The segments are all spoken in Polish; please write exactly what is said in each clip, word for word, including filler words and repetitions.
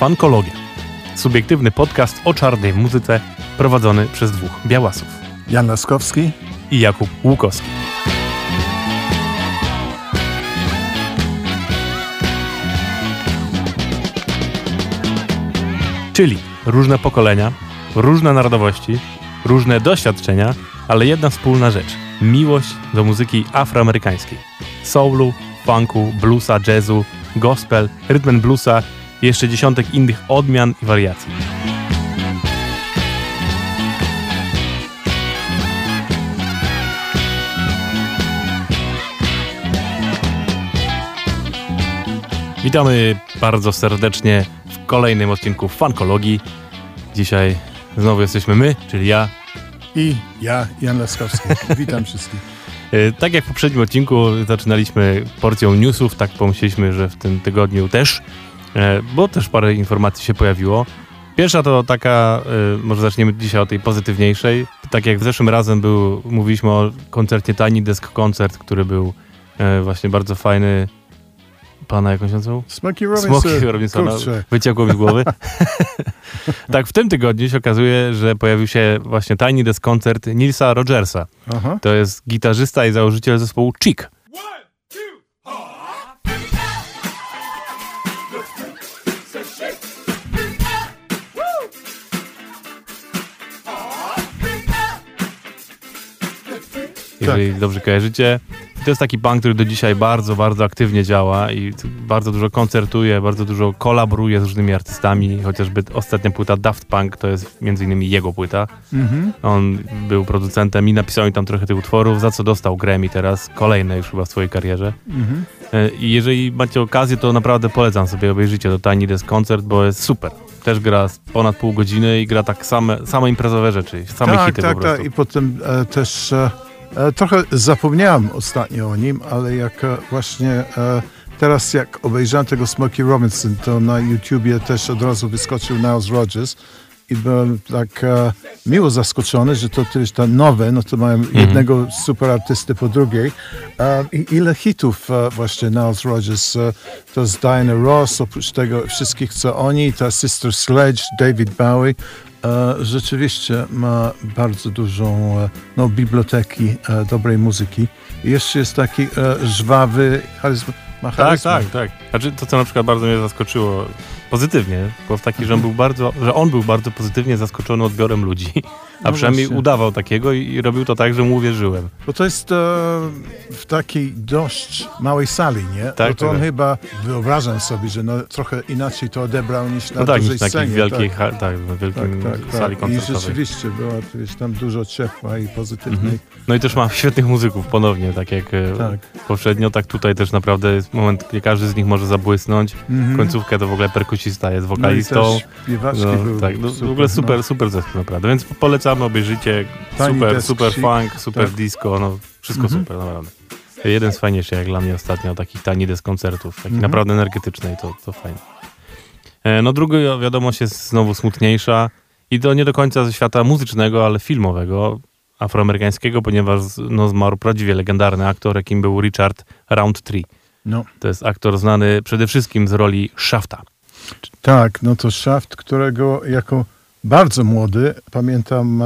Funkologia. Subiektywny podcast o czarnej muzyce prowadzony przez dwóch białasów. Jan Laskowski i Jakub Łukowski. Czyli różne pokolenia, różne narodowości, różne doświadczenia, ale jedna wspólna rzecz. Miłość do muzyki afroamerykańskiej. Soulu, funku, bluesa, jazzu, gospel, rhythm and bluesa i jeszcze dziesiątek innych odmian i wariacji. Witamy bardzo serdecznie w kolejnym odcinku Funkologii. Dzisiaj znowu jesteśmy my, czyli ja i ja, Jan Laskowski. Witam wszystkich. Tak jak w poprzednim odcinku zaczynaliśmy porcją newsów, tak pomyśleliśmy, że w tym tygodniu też, bo też parę informacji się pojawiło. Pierwsza to taka, może zaczniemy dzisiaj o tej pozytywniejszej. Tak jak w zeszłym razem był, mówiliśmy o koncercie Tiny Desk Concert, który był właśnie bardzo fajny. Pana jakąś nazwą? Smokey Robinson. Smokey Robinsona. Wyciekło mi z głowy. Tak, w tym tygodniu się okazuje, że pojawił się właśnie Tiny Desk Concert Nilsa Rodgersa. Aha. To jest gitarzysta i założyciel zespołu Chic. Jeżeli dobrze kojarzycie. I to jest taki punk, który do dzisiaj bardzo, bardzo aktywnie działa i bardzo dużo koncertuje, bardzo dużo kolaboruje z różnymi artystami, chociażby ostatnia płyta Daft Punk to jest między innymi jego płyta. Mm-hmm. On był producentem i napisał mi tam trochę tych utworów, za co dostał Grammy teraz, kolejne już chyba w swojej karierze. Mm-hmm. I jeżeli macie okazję, to naprawdę polecam sobie, obejrzyjcie to Tiny Desk Concert, bo jest super. Też gra ponad pół godziny i gra tak same, same imprezowe rzeczy, same tak, hity tak, po prostu. Tak, i potem e, też... E... Trochę zapomniałem ostatnio o nim, ale jak właśnie teraz jak obejrzałem tego Smokey Robinson, to na YouTubie też od razu wyskoczył Nile Rodgers i byłem tak miło zaskoczony, że to też te nowe, no to mają mm-hmm. jednego super artysty po drugiej. I ile hitów właśnie Nile Rodgers, to z Diana Ross, oprócz tego wszystkich co oni, ta Sister Sledge, David Bowie. Rzeczywiście ma bardzo dużą no, biblioteki e, dobrej muzyki. I jeszcze jest taki e, żwawy, charyzma, ma charyzmę. Tak, tak, tak. Znaczy to, co na przykład bardzo mnie zaskoczyło pozytywnie, bo w taki, że on był bardzo, że on był bardzo pozytywnie zaskoczony odbiorem ludzi, a no przynajmniej właśnie udawał takiego i, i robił to tak, że mu uwierzyłem. Bo to jest e, w takiej dość małej sali, nie? Tak, bo to tak. on chyba, wyobrażam sobie, że no, trochę inaczej to odebrał niż na no tak, dużej niż na scenie. wielkiej, tak, ha, tak, na wielkim tak, tak, sali tak. koncertowej. I rzeczywiście było wiesz, tam dużo ciepła i pozytywnej. Mhm. No i też ma świetnych muzyków ponownie, tak jak tak. poprzednio, tak tutaj też naprawdę jest moment, gdzie każdy z nich może zabłysnąć. Mhm. Końcówkę to w ogóle perkusista jest wokalistą. No i też śpiewaczki no, były tak, no, super, w ogóle super, no. super zespół naprawdę, więc polecamy, obejrzyjcie. Tiny super, Desk super Chic. funk, super tak. disco, no wszystko mhm. super, naprawdę. Jeden z fajniejszych jak dla mnie ostatnio takich Tiny Desk koncertów, takich mhm. naprawdę energetycznych, to, to fajnie. No druga wiadomość jest znowu smutniejsza i to nie do końca ze świata muzycznego, ale filmowego, afroamerykańskiego, ponieważ no, zmarł prawdziwie legendarny aktor, jakim był Richard Roundtree. No. To jest aktor znany przede wszystkim z roli Shafta. Tak, no to Shaft, którego jako bardzo młody, pamiętam,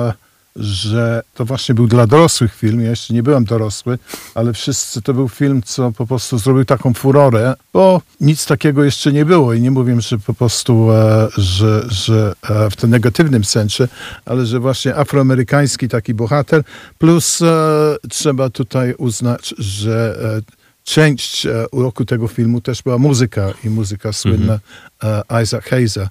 że to właśnie był dla dorosłych film, ja jeszcze nie byłem dorosły, ale wszyscy, to był film, co po prostu zrobił taką furorę, bo nic takiego jeszcze nie było i nie mówię, że po prostu, e, że, że e, w tym negatywnym sensie, ale że właśnie afroamerykański taki bohater, plus e, trzeba tutaj uznać, że e, część e, uroku tego filmu też była muzyka i muzyka słynna mm-hmm. e, Isaac Hayesa.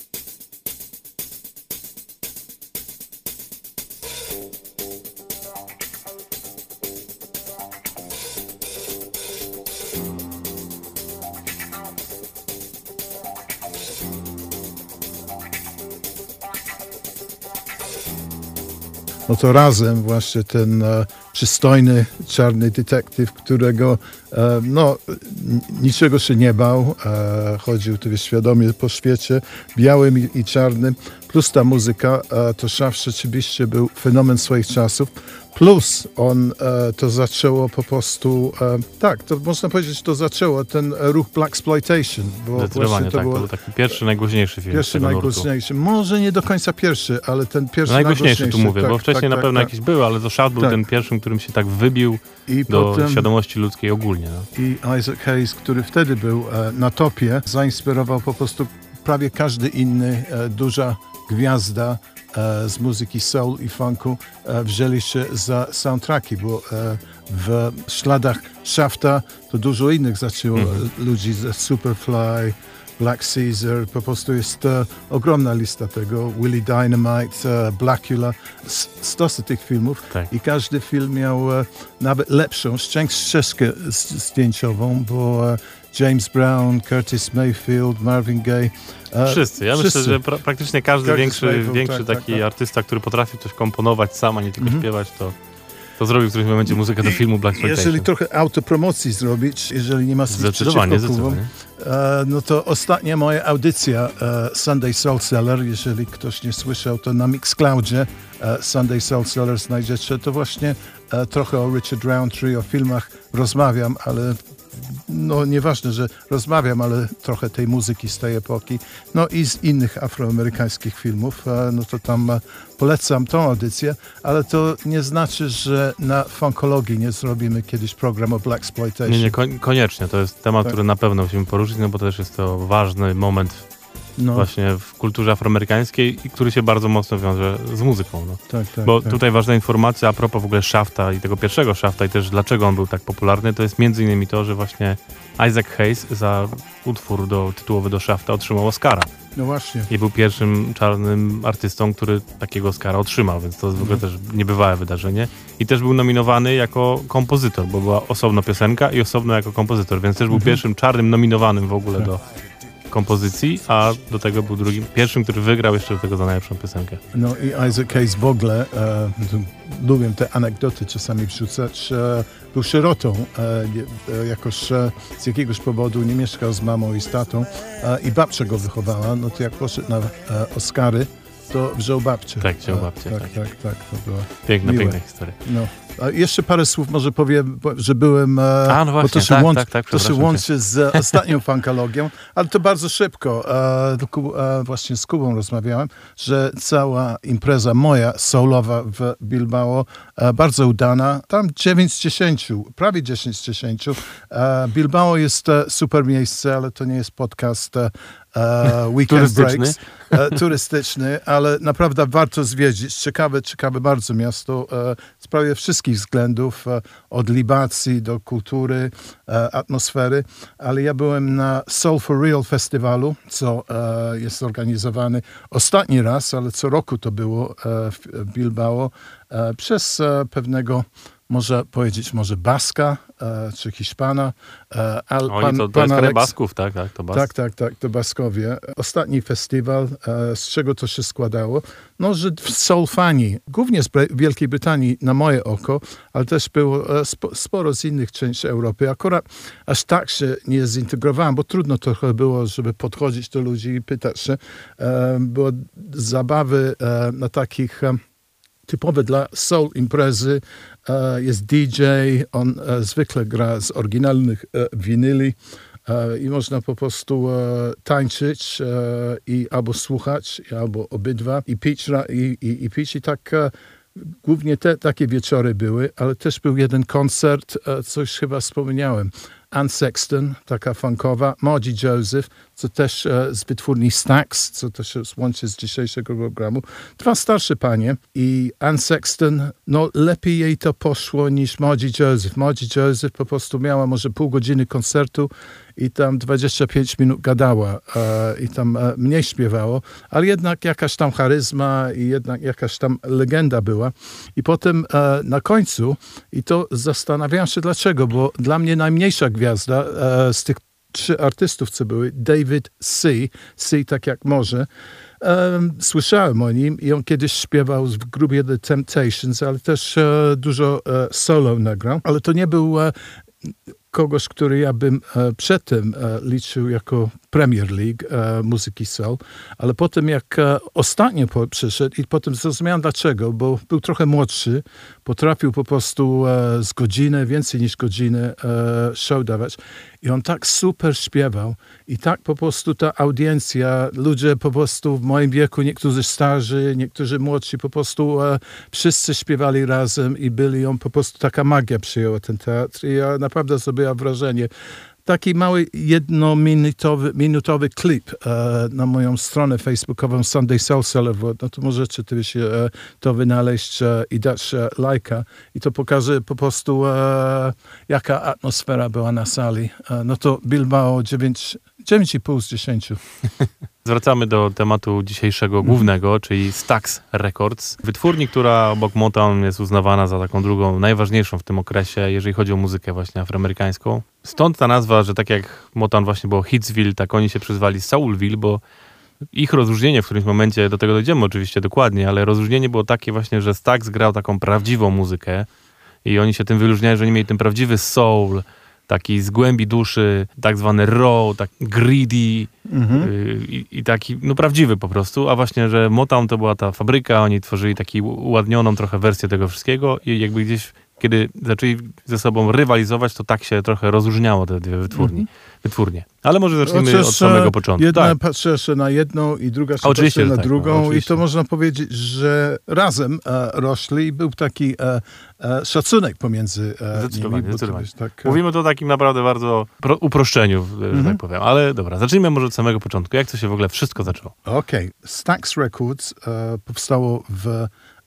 No to razem właśnie ten e, przystojny, czarny detektyw, którego e, no, niczego się nie bał, e, chodził tu świadomie po świecie, białym i, i czarnym, plus ta muzyka, e, to Shaft rzeczywiście był fenomen swoich czasów. Plus on e, to zaczęło po prostu, e, tak, to można powiedzieć, że to zaczęło ten ruch Blaxploitation. Bo Zdecydowanie, to tak. było To był taki pierwszy, najgłośniejszy film pierwszy, z tego najgłośniejszy. Może nie do końca pierwszy, ale ten pierwszy no, najgłośniejszy. tu mówię, tak, bo wcześniej tak, na tak, pewno tak. jakiś był, ale to Shaft był tak. ten pierwszym, którym się tak wybił I do potem, świadomości ludzkiej ogólnie. No. I Isaac Hayes, który wtedy był e, na topie, zainspirował po prostu prawie każdy inny e, duża gwiazda e, z muzyki soul i funku e, wzięli się za soundtracki, bo e, w śladach Shafta to dużo innych zaczęło mm-hmm. ludzi ze Superfly, Black Caesar, po prostu jest e, ogromna lista tego, Willie Dynamite, e, Blackula, stosy tych filmów tak. i każdy film miał e, nawet lepszą ścieżkę zdjęciową, bo e, James Brown, Curtis Mayfield, Marvin Gaye. E, wszyscy. Ja wszyscy. myślę, że pra- praktycznie każdy Curtis większy, Mayfield, większy tak, taki tak, tak. artysta, który potrafi coś komponować sam, a nie tylko Mhm. śpiewać, to, to zrobił w którymś momencie muzykę do filmu Blaxploitation. Jeżeli trochę autopromocji zrobić, jeżeli nie ma nic Zdecydowanie, przeciwko Kubom, zdecydowanie. e, no to ostatnia moja audycja e, Sunday Soul Cellar, jeżeli ktoś nie słyszał, to na Mixcloudzie e, Sunday Soul Cellar znajdziecie, to właśnie e, trochę o Richard Roundtree, o filmach rozmawiam, ale no nieważne, że rozmawiam, ale trochę tej muzyki z tej epoki, no i z innych afroamerykańskich filmów, e, no to tam e, polecam tą audycję, ale to nie znaczy, że na funkologii nie zrobimy kiedyś program o Blaxploitation. Nie, nie, kon- koniecznie. To jest temat, Tak. który na pewno musimy poruszyć, no bo też jest to ważny moment No, właśnie w kulturze afroamerykańskiej i który się bardzo mocno wiąże z muzyką. No. tak, tak, Bo tak. tutaj ważna informacja a propos w ogóle Shafta i tego pierwszego Shafta i też dlaczego on był tak popularny, to jest między innymi to, że właśnie Isaac Hayes za utwór do, tytułowy do Shafta otrzymał Oscara. No właśnie. I był pierwszym czarnym artystą, który takiego Oscara otrzymał, więc to jest w ogóle też niebywałe wydarzenie. I też był nominowany jako kompozytor, bo była osobno piosenka i osobno jako kompozytor, więc też był Mhm. pierwszym czarnym nominowanym w ogóle Tak. do kompozycji, a do tego był drugim, pierwszym, który wygrał jeszcze do tego za najlepszą piosenkę. No i Isaac Hayes w ogóle, e, lubię te anegdoty czasami wrzucać, e, był sierotą, e, e, jakoś e, z jakiegoś powodu nie mieszkał z mamą i z tatą e, i babcia go wychowała, no to jak poszedł na e, Oscary, to wziął babcię. Tak, wziął E, babcię, Tak, tak. tak, tak, to było Piękna, miłe. piękna historia. No. A jeszcze parę słów może powiem, bo- że byłem, e, A, no właśnie, bo to się, tak, łączy, tak, tak, to się przepraszam łączy z ostatnią funkologią, ale to bardzo szybko. E, tylko, e, właśnie z Kubą rozmawiałem, że cała impreza moja soulowa w Bilbao e, bardzo udana. Tam dziewięć z dziesięciu, prawie dziesięć z dziesięciu. E, Bilbao jest e, super miejsce, ale to nie jest podcast e, e, Weekend Turystyczny. Breaks. E, turystyczny, ale naprawdę warto zwiedzić. Ciekawe, ciekawe bardzo miasto e, z prawie wszystkich względów, e, od libacji do kultury, e, atmosfery, ale ja byłem na Soul for Real festiwalu, co e, jest organizowany ostatni raz, ale co roku to było e, w Bilbao, e, przez e, pewnego, można powiedzieć, może Baska, e, czy Hiszpana. E, al, Oni to, to jest kraj Basków, tak, tak, to Bas. tak, tak, tak, to Baskowie. Ostatni festiwal, e, z czego to się składało? No, że soul fani, głównie z Bre- Wielkiej Brytanii na moje oko, ale też było e, spo, sporo z innych części Europy. Akurat aż tak się nie zintegrowałem, bo trudno trochę było, żeby podchodzić do ludzi i pytać się. E, było zabawy e, na takich e, typowe dla soul imprezy. E, jest D J, on e, zwykle gra z oryginalnych e, winyli e, i można po prostu e, tańczyć e, i albo słuchać, i albo obydwa i pić, ra- i, i, i pić. I tak e, głównie te takie wieczory były, ale też był jeden koncert, e, coś chyba wspomniałem. Ann Sexton, taka funkowa, Margie Joseph, co też e, z wytwórni Stax, co też się łączy z dzisiejszego programu. Dwa starsze panie i Ann Sexton, no lepiej jej to poszło niż Margie Joseph. Margie Joseph po prostu miała może pół godziny koncertu i tam dwadzieścia pięć minut gadała e, i tam e, mniej śpiewało, ale jednak jakaś tam charyzma i jednak jakaś tam legenda była. I potem e, na końcu, i to zastanawiałem się dlaczego, bo dla mnie najmniejsza gwiazda e, z tych trzy artystów, co były, David C., C tak jak może, um, słyszałem o nim i on kiedyś śpiewał w grupie The Temptations, ale też e, dużo e, solo nagrał, ale to nie był e, kogoś, który ja bym e, przedtem e, liczył jako Premier League e, muzyki soul, ale potem jak e, ostatnio po, przyszedł i potem zrozumiałem dlaczego, bo był trochę młodszy, potrafił po prostu e, z godziny, więcej niż godzinę e, show dawać i on tak super śpiewał i tak po prostu ta audiencja, ludzie po prostu w moim wieku, niektórzy starzy, niektórzy młodsi, po prostu e, wszyscy śpiewali razem i byli, on po prostu taka magia przyjęła ten teatr i ja naprawdę zrobiła wrażenie. Taki mały jednominutowy minutowy klip e, na moją stronę facebookową Sunday Soul Celebrate, no to możecie też e, to wynaleźć e, i dać e, lajka i to pokaże po prostu e, jaka atmosfera była na sali. E, no to Bilbao dziewięć i pół z dziesięciu. Zwracamy do tematu dzisiejszego głównego, czyli Stax Records. Wytwórni, która obok Motown jest uznawana za taką drugą, najważniejszą w tym okresie, jeżeli chodzi o muzykę właśnie afroamerykańską. Stąd ta nazwa, że tak jak Motown właśnie było Hitsville, tak oni się przyzwali Soulville, bo ich rozróżnienie w którymś momencie, do tego dojdziemy oczywiście dokładnie, ale rozróżnienie było takie właśnie, że Stax grał taką prawdziwą muzykę i oni się tym wyróżniają, że oni mieli ten prawdziwy soul, taki z głębi duszy, tak zwany raw, tak greedy mhm. y, i, i taki, no prawdziwy po prostu, a właśnie, że Motown to była ta fabryka, oni tworzyli taką uładnioną trochę wersję tego wszystkiego i jakby gdzieś, kiedy zaczęli ze sobą rywalizować, to tak się trochę rozróżniało te dwie wytwórni, mhm. wytwórnie. Ale może zacznijmy Chociaż od samego początku. Jedna tak. patrzy jeszcze na jedną i druga się oczywiście, patrzy na tak, drugą no, i to można powiedzieć, że razem e, rośli i był taki e, e, szacunek pomiędzy e, zdecydowanie, nimi. zdecydowanie. Tak, Mówimy tu o takim naprawdę bardzo pro, uproszczeniu, mhm. że tak powiem. Ale dobra, zacznijmy może od samego początku. Jak to się w ogóle wszystko zaczęło? Okej. Okay. Stax Records e, powstało w, e,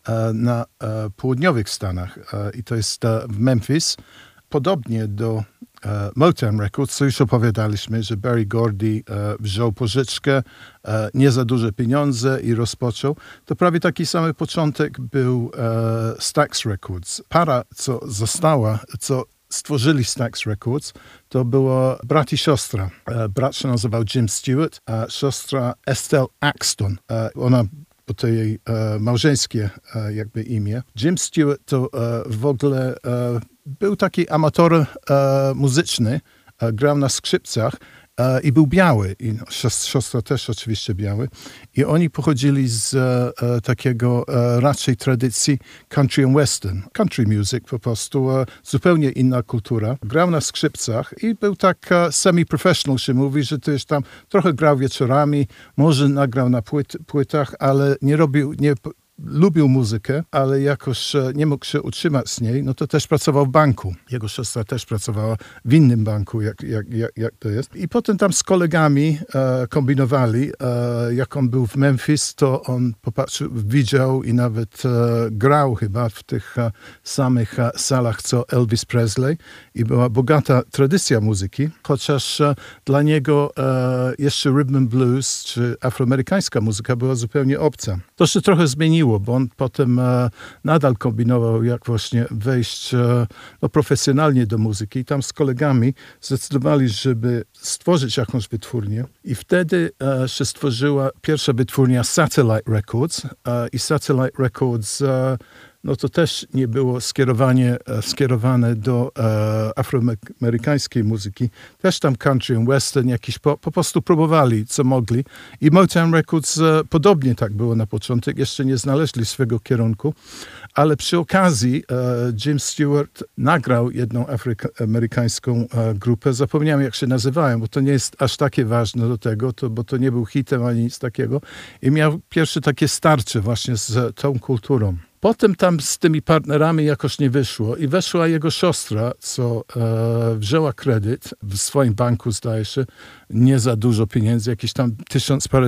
na e, południowych Stanach e, i to jest e, w Memphis. Podobnie do e, Motown Records, co już opowiadaliśmy, że Berry Gordy e, wziął pożyczkę, e, nie za duże pieniądze i rozpoczął. To prawie taki sam początek był e, Stax Records. Para, co została, co stworzyli Stax Records, to było brat i siostra. E, brat się nazywał Jim Stewart, a siostra Estelle Axton. E, ona bo to jej e, małżeńskie e, jakby imię. Jim Stewart to e, w ogóle e, był taki amator e, muzyczny, e, grał na skrzypcach e, i był biały. I siostra, siostra też oczywiście biały. I oni pochodzili z e, takiego e, raczej tradycji country and western. Country music po prostu, e, zupełnie inna kultura. Grał na skrzypcach i był tak e, semi-professional się mówi, że też tam trochę grał wieczorami, może nagrał na płyt, płytach, ale nie robił, nie lubił muzykę, ale jakoś nie mógł się utrzymać z niej, no to też pracował w banku. Jego siostra też pracowała w innym banku, jak, jak, jak, jak to jest. I potem tam z kolegami e, kombinowali. E, jak on był w Memphis, to on popatrzył, widział i nawet e, grał chyba w tych e, samych e, salach, co Elvis Presley. I była bogata tradycja muzyki, chociaż e, dla niego e, jeszcze rhythm and blues, czy afroamerykańska muzyka była zupełnie obca. To się trochę zmieniło, bo on potem e, nadal kombinował, jak właśnie wejść e, no, profesjonalnie do muzyki. I tam z kolegami zdecydowali, żeby stworzyć jakąś wytwórnię. I wtedy e, się stworzyła pierwsza wytwórnia Satellite Records. E, I Satellite Records e, no to też nie było skierowanie, skierowane do e, afroamerykańskiej muzyki. Też tam country and western jakiś po, po prostu próbowali, co mogli. I Motown Records e, podobnie tak było na początek. Jeszcze nie znaleźli swego kierunku. Ale przy okazji e, Jim Stewart nagrał jedną afroamerykańską e, grupę. Zapomniałem, jak się nazywają, bo to nie jest aż takie ważne do tego, to, bo to nie był hitem ani nic takiego. I miał pierwsze takie starcie właśnie z tą kulturą. Potem tam z tymi partnerami jakoś nie wyszło i weszła jego siostra, co e, wzięła kredyt w swoim banku, zdaje się, nie za dużo pieniędzy, jakieś tam tysiąc parę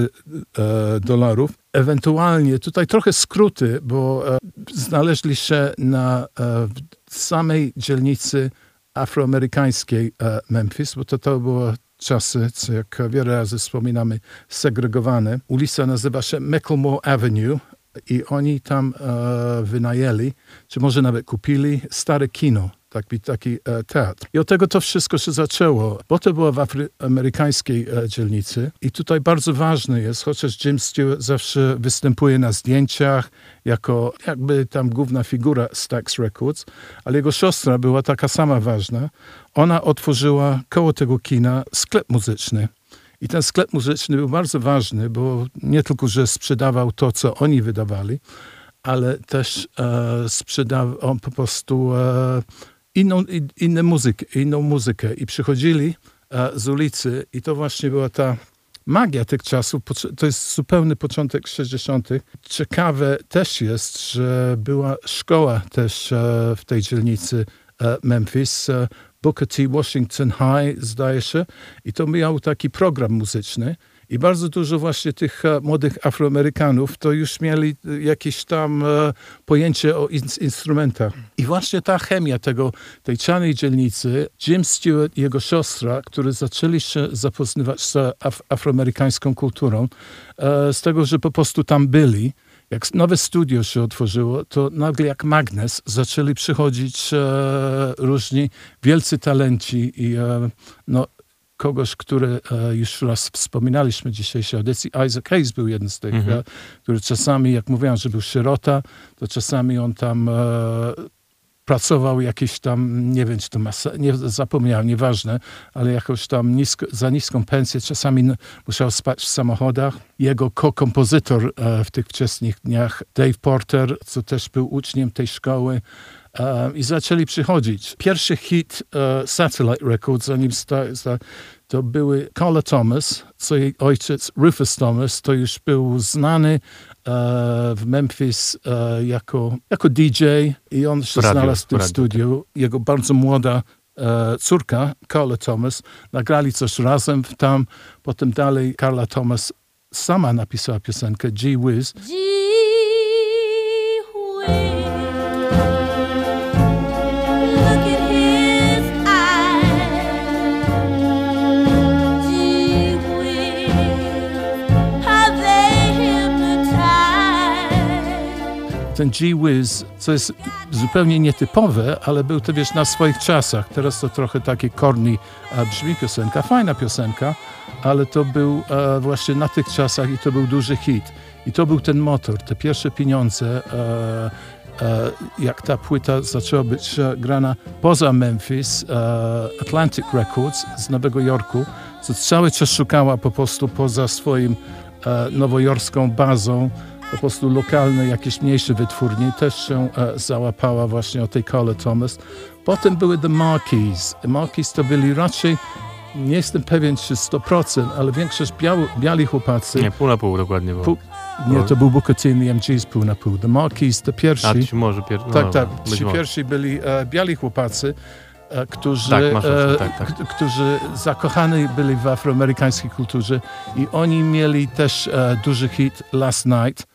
e, dolarów. Ewentualnie, tutaj trochę skróty, bo e, znaleźli się na e, samej dzielnicy afroamerykańskiej e, Memphis, bo to, to było czasy, co jak wiele razy wspominamy, segregowane. Ulica nazywa się Macklemore Avenue. I oni tam e, wynajęli, czy może nawet kupili stare kino. taki, taki e, teatr. I od tego to wszystko się zaczęło, bo to było w afroamerykańskiej e, dzielnicy i tutaj bardzo ważne jest, chociaż Jim Stewart zawsze występuje na zdjęciach jako jakby tam główna figura Stax Records, ale jego siostra była taka sama ważna. Ona otworzyła koło tego kina sklep muzyczny. I ten sklep muzyczny był bardzo ważny, bo nie tylko, że sprzedawał to, co oni wydawali, ale też e, sprzedawał on po prostu e, inną, in, inne muzykę, inną muzykę. I przychodzili e, z ulicy i to właśnie była ta magia tych czasów. To jest zupełny początek sześćdziesiątych. Ciekawe też jest, że była szkoła też e, w tej dzielnicy e, Memphis, e, Booker T. Washington High, zdaje się. I to miał taki program muzyczny. I bardzo dużo właśnie tych e, młodych Afroamerykanów to już mieli jakieś tam e, pojęcie o in, instrumentach. I właśnie ta chemia tego, tej czarnej dzielnicy, Jim Stewart i jego siostra, którzy zaczęli się zapoznawać z af, afroamerykańską kulturą, e, z tego, że po prostu tam byli. Jak nowe studio się otworzyło, to nagle jak magnes zaczęli przychodzić e, różni wielcy talenci i e, no, kogoś, który e, już raz wspominaliśmy w dzisiejszej audycji, Isaac Hayes był jeden z tych, mm-hmm. e, który czasami, jak mówiłem, że był sierota, to czasami on tam e, pracował jakieś tam, nie wiem, czy to masa, nie zapomniałem, nieważne, ale jakoś tam nisko, za niską pensję, czasami n- musiał spać w samochodach. Jego ko-kompozytor e, w tych wczesnych dniach, Dave Porter, co też był uczniem tej szkoły, e, i zaczęli przychodzić. Pierwszy hit e, Satellite Records, zanim sta, sta, to były Carla Thomas, co jej ojciec Rufus Thomas, to już był znany w Memphis uh, jako, jako D J i on się radio, znalazł w tym radio, studiu. Tak. Jego bardzo młoda uh, córka, Carla Thomas, nagrali coś razem tam. Potem dalej Carla Thomas sama napisała piosenkę Gee Whiz. Gee whiz. Look at his eyes. Gee whiz. How they hypnotize. Ten Gee Whiz, co jest zupełnie nietypowe, ale był to, wiesz, na swoich czasach. Teraz to trochę takie corny brzmi piosenka, fajna piosenka, ale to był e, właśnie na tych czasach i to był duży hit. I to był ten motor, te pierwsze pieniądze, e, e, jak ta płyta zaczęła być e, grana poza Memphis, e, Atlantic Records z Nowego Jorku, co cały czas szukała po prostu poza swoim e, nowojorską bazą, po prostu lokalne, jakieś mniejsze wytwórnie, też się e, załapała właśnie o tej Carla Thomas. Potem były The Marquis. The Marquis to byli raczej, nie jestem pewien czy sto procent, ale większość biały, biali chłopacy. Nie, pół na pół dokładnie było. Pół, nie, to był Booker T and the M Gs pół na pół. The Marquis to pierwsi. A, ci może pier... no, tak, tak. być Ci może. pierwsi byli e, biali chłopacy, e, którzy, Tak, masz rację, e, tak, tak. k- którzy zakochani byli w afroamerykańskiej kulturze i oni mieli też e, duży hit Last Night.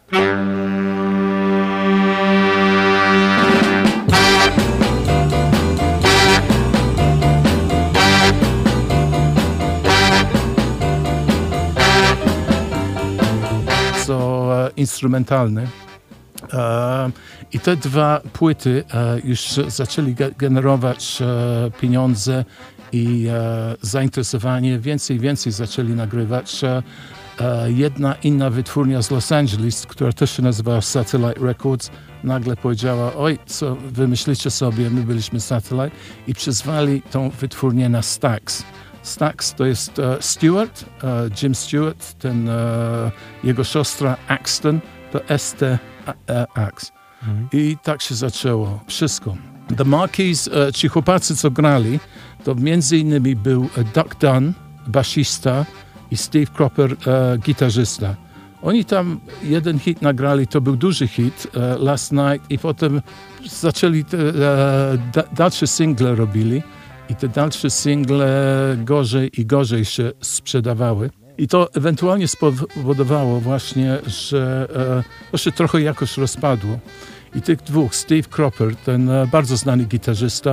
Co e, instrumentalny. E, I te dwa płyty e, już zaczęli ge- generować e, pieniądze i e, zainteresowanie. Więcej i więcej zaczęli nagrywać. E, e, jedna inna wytwórnia z Los Angeles, która też się nazywa Satellite Records, nagle powiedziała, oj, co wy myślicie sobie, my byliśmy Satellite i przyzwali tą wytwórnię na Stax. Stax to jest e, Stewart, e, Jim Stewart, ten, e, jego siostra Axton, to S T Ax. Mhm. I tak się zaczęło wszystko. The Marquis, e, ci chłopacy, co grali, to między innymi był Duck Dunn, basista i Steve Cropper, e, gitarzysta. Oni tam jeden hit nagrali, to był duży hit, e, Last Night, i potem zaczęli te, e, da, dalsze single robili i te dalsze single gorzej i gorzej się sprzedawały. I to ewentualnie spowodowało właśnie, że e, to się trochę jakoś rozpadło. I tych dwóch, Steve Cropper, ten e, bardzo znany gitarzysta,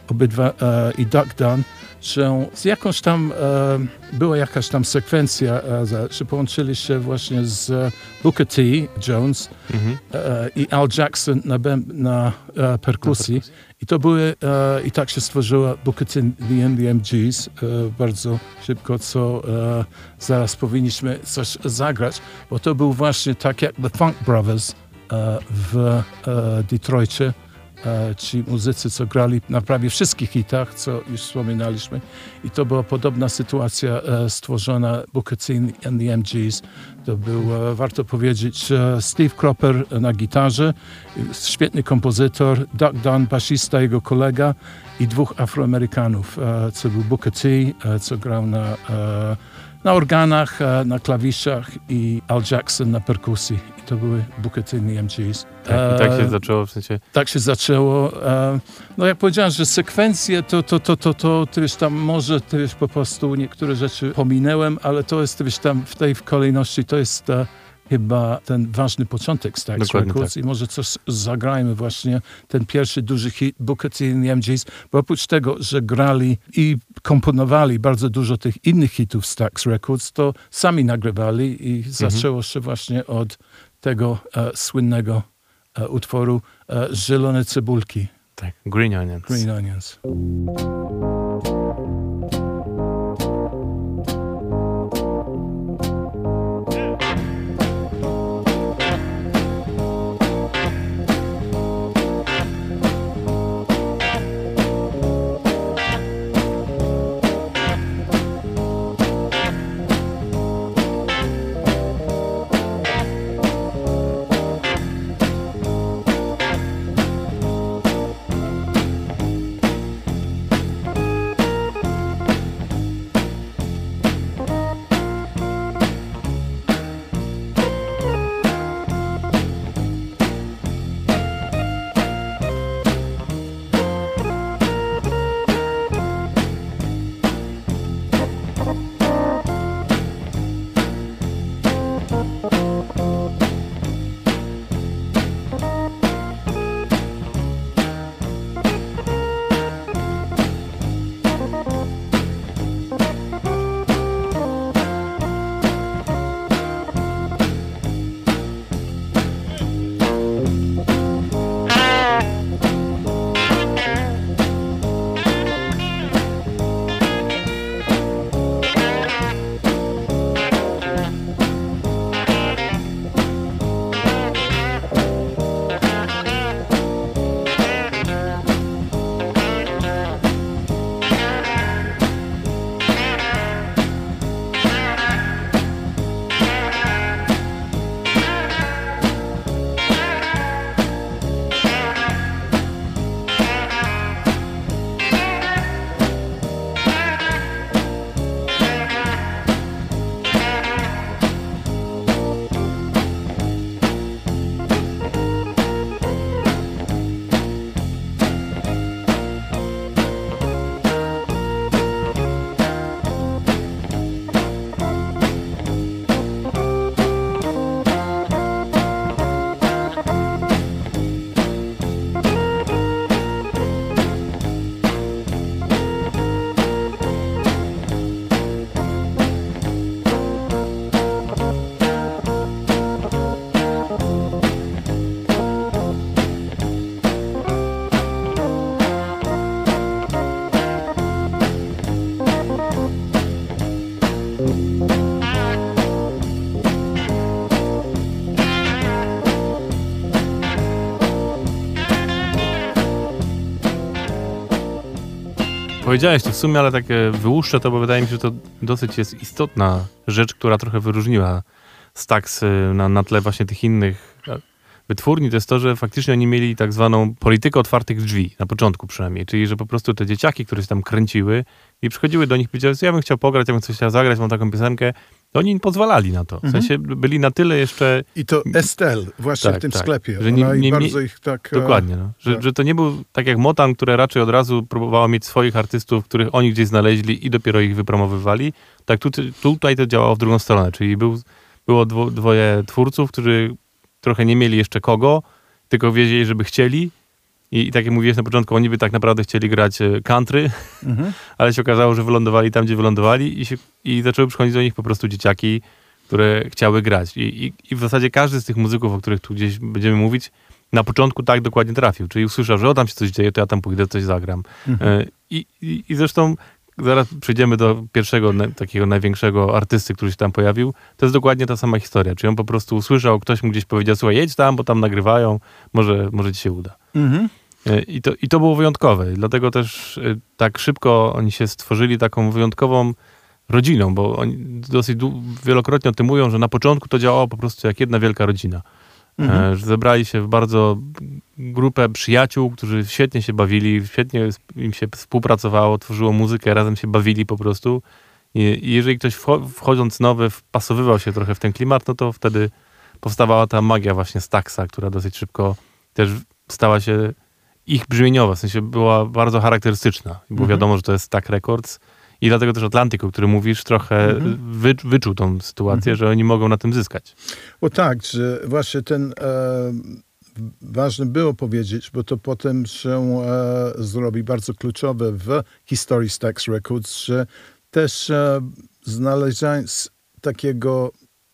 obydwa e, i Duck Dunn, że z jakąś tam, e, była jakaś tam sekwencja, e, że połączyli się właśnie z Booker T. Jones Mhm. e, i Al Jackson na, bęb- na e, perkusji. I to były, e, i tak się stworzyła Booker T and the M Gs e, bardzo szybko, co e, zaraz powinniśmy coś zagrać, bo to był właśnie tak jak The Funk Brothers e, w e, Detroicie, e, ci muzycy, co grali na prawie wszystkich hitach, co już wspominaliśmy. I to była podobna sytuacja e, stworzona Booker T and the M Gs. To był, e, warto powiedzieć, e, Steve Cropper na gitarze, świetny kompozytor, Duck Dunn, basista, jego kolega i dwóch Afroamerykanów, e, co był Booker T, e, co grał na, e, na organach, e, na klawiszach i Al Jackson na perkusji. I to były Booker T and the M Gs. Tak, i tak się E, zaczęło, w sensie... tak się zaczęło. E, no jak powiedziałem, że sekwencje to, to, to, to, to też tam może też po prostu niektóre rzeczy pominęłem, ale to jest też tam w tej kolejności, to jest e, chyba ten ważny początek Stax Dokładnie Records tak. i może coś zagrajmy właśnie, ten pierwszy duży hit Booker T and the M Gs, bo oprócz tego, że grali i komponowali bardzo dużo tych innych hitów Stax Records, to sami nagrywali i zaczęło się właśnie od tego e, słynnego e, utworu e, Zielone cebulki, Tak, Green Onions. Green Onions. Powiedziałeś to w sumie, ale tak e, wyłuszczę to, bo wydaje mi się, że to dosyć jest istotna rzecz, która trochę wyróżniła Stax e, na, na tle właśnie tych innych e, wytwórni. To jest to, że faktycznie oni mieli tak zwaną politykę otwartych drzwi, na początku przynajmniej. Czyli, że po prostu te dzieciaki, które się tam kręciły i przychodziły do nich i powiedziały, ja bym chciał pograć, ja bym coś chciał zagrać, mam taką piosenkę, to oni im pozwalali na to. W sensie byli na tyle jeszcze... I to Estelle, właśnie Tak, w tym tak. sklepie. Że nie- Ona i nie- bardzo ich tak... e, Dokładnie, no. że, tak. że to nie był tak jak Motown, które raczej od razu próbowało mieć swoich artystów, których oni gdzieś znaleźli i dopiero ich wypromowywali. Tak tu, tutaj to działało w drugą stronę, czyli był, było dwo, dwoje twórców, którzy trochę nie mieli jeszcze kogo, tylko wiedzieli, żeby chcieli I, I tak jak mówiłeś na początku, oni by tak naprawdę chcieli grać e, country, Mhm. ale się okazało, że wylądowali tam, gdzie wylądowali i, się, i zaczęły przychodzić do nich po prostu dzieciaki, które chciały grać. I, i, I w zasadzie każdy z tych muzyków, o których tu gdzieś będziemy mówić, na początku tak dokładnie trafił. Czyli usłyszał, że o, tam się coś dzieje, to ja tam pójdę, coś zagram. Mhm. E, I, i, I zresztą zaraz przejdziemy do pierwszego na, takiego największego artysty, który się tam pojawił. To jest dokładnie ta sama historia. Czyli on po prostu usłyszał, ktoś mu gdzieś powiedział, słuchaj, jedź tam, bo tam nagrywają, może, może ci się uda. Mhm. E, I to, I to było wyjątkowe. Dlatego też e, tak szybko oni się stworzyli taką wyjątkową rodziną, bo oni dosyć du- wielokrotnie o tym mówią, że na początku to działało po prostu jak jedna wielka rodzina. Mhm. E, że zebrali się w bardzo grupę przyjaciół, którzy świetnie się bawili, świetnie im się współpracowało, tworzyło muzykę, razem się bawili po prostu. I, i jeżeli ktoś wcho- wchodząc nowy wpasowywał się trochę w ten klimat, no to wtedy powstawała ta magia właśnie Staxa, która dosyć szybko też stała się ich brzmieniowa, w sensie była bardzo charakterystyczna. Było Mhm. wiadomo, że to jest Stax Records i dlatego też Atlantic, o którym mówisz, trochę Mhm. wy, wyczuł tą sytuację, że oni mogą na tym zyskać. O tak, że właśnie ten e, ważne było powiedzieć, bo to potem się e, zrobi bardzo kluczowe w historii Stax Records, że też e, znaleziając takiego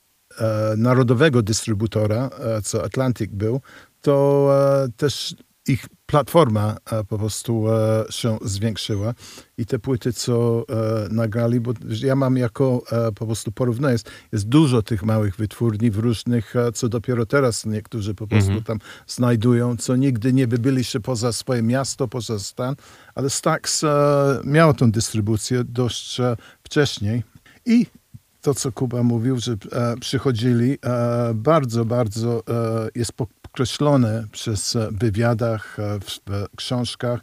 e, narodowego dystrybutora, e, co Atlantic był, to e, też ich platforma e, po prostu e, się zwiększyła i te płyty, co e, nagrali, bo ja mam jako e, po prostu porównanie, jest, jest dużo tych małych wytwórni w różnych, e, co dopiero teraz niektórzy po prostu Mhm. tam znajdują, co nigdy nie wybyli się poza swoje miasto, poza stan, ale Stax e, miał tą dystrybucję dość e, wcześniej i to, co Kuba mówił, że e, przychodzili, e, bardzo, bardzo e, jest podkreślone przez e, wywiadach, e, w, w książkach,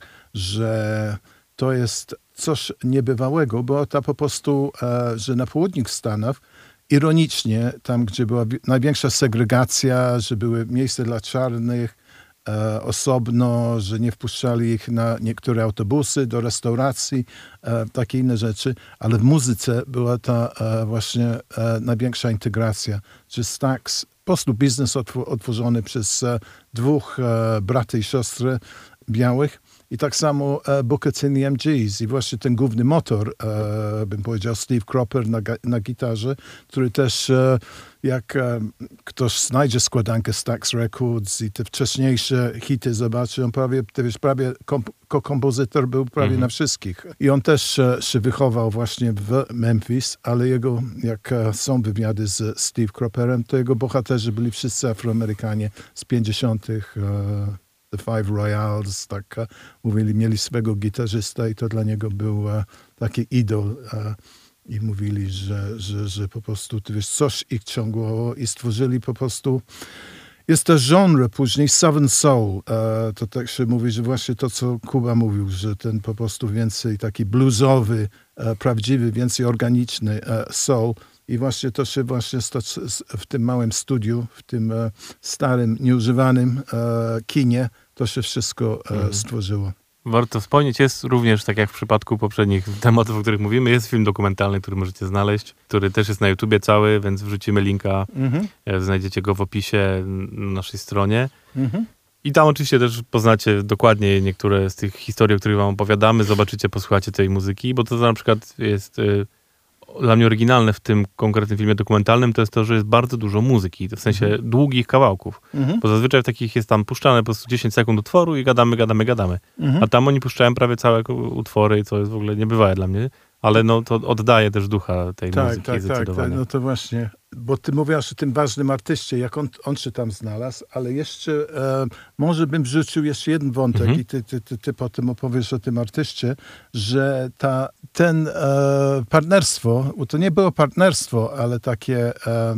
że to jest coś niebywałego, bo ta po prostu, e, że na południu Stanów, ironicznie, tam gdzie była wi- największa segregacja, że były miejsca dla czarnych, e, osobno, że nie wpuszczali ich na niektóre autobusy, do restauracji, e, takie inne rzeczy, ale w muzyce była ta e, właśnie e, największa integracja, że Stax, po prostu biznes otw- otworzony przez e, dwóch e, braty i siostry białych i tak samo e, Booker T and the M Gs i właśnie ten główny motor, e, bym powiedział, Steve Cropper na, ga- na gitarze, który też e, jak e, ktoś znajdzie składankę Stax Records i te wcześniejsze hity zobaczy, on prawie, ty wiesz, prawie komp- ko-kompozytor był prawie Mhm. na wszystkich. I on też e, się wychował właśnie w Memphis, ale jego, jak e, są wywiady z Steve Cropperem, to jego bohaterzy byli wszyscy Afroamerykanie z pięćdziesiątych. E, The Five Royals, tak e, mówili, mieli swego gitarzysta i to dla niego był e, taki idol. E, I mówili, że, że, że po prostu, ty wiesz, coś ich ciągło i stworzyli po prostu. Jest to genre później, Southern Soul. E, to tak się mówi, że właśnie to, co Kuba mówił, że ten po prostu więcej taki bluesowy, e, prawdziwy, więcej organiczny e, soul. I właśnie to się właśnie sta- s- w tym małym studiu, w tym e, starym, nieużywanym e, kinie, to się wszystko e, Mhm. stworzyło. Warto wspomnieć, jest również, tak jak w przypadku poprzednich tematów, o których mówimy, jest film dokumentalny, który możecie znaleźć, który też jest na YouTubie cały, więc wrzucimy linka, Mhm. e, znajdziecie go w opisie na naszej stronie. Mhm. I tam oczywiście też poznacie dokładnie niektóre z tych historii, o których wam opowiadamy, zobaczycie, posłuchacie tej muzyki, bo to na przykład jest y, dla mnie oryginalne w tym konkretnym filmie dokumentalnym, to jest to, że jest bardzo dużo muzyki, w sensie długich kawałków. Mhm. Bo zazwyczaj w takich jest tam puszczane po prostu dziesięć sekund utworu i gadamy, gadamy, gadamy. Mhm. A tam oni puszczają prawie całe ko- utwory, co jest w ogóle niebywałe dla mnie. Ale no to oddaje też ducha tej Tak, muzyki tak, tak, tak. zdecydowanie. No to właśnie, bo ty mówiłaś o tym ważnym artyście, jak on, on się tam znalazł, ale jeszcze e, może bym wrzucił jeszcze jeden wątek Mhm. i ty, ty, ty, ty potem opowiesz o tym artyście, że ta, ten e, partnerstwo, bo to nie było partnerstwo, ale takie e,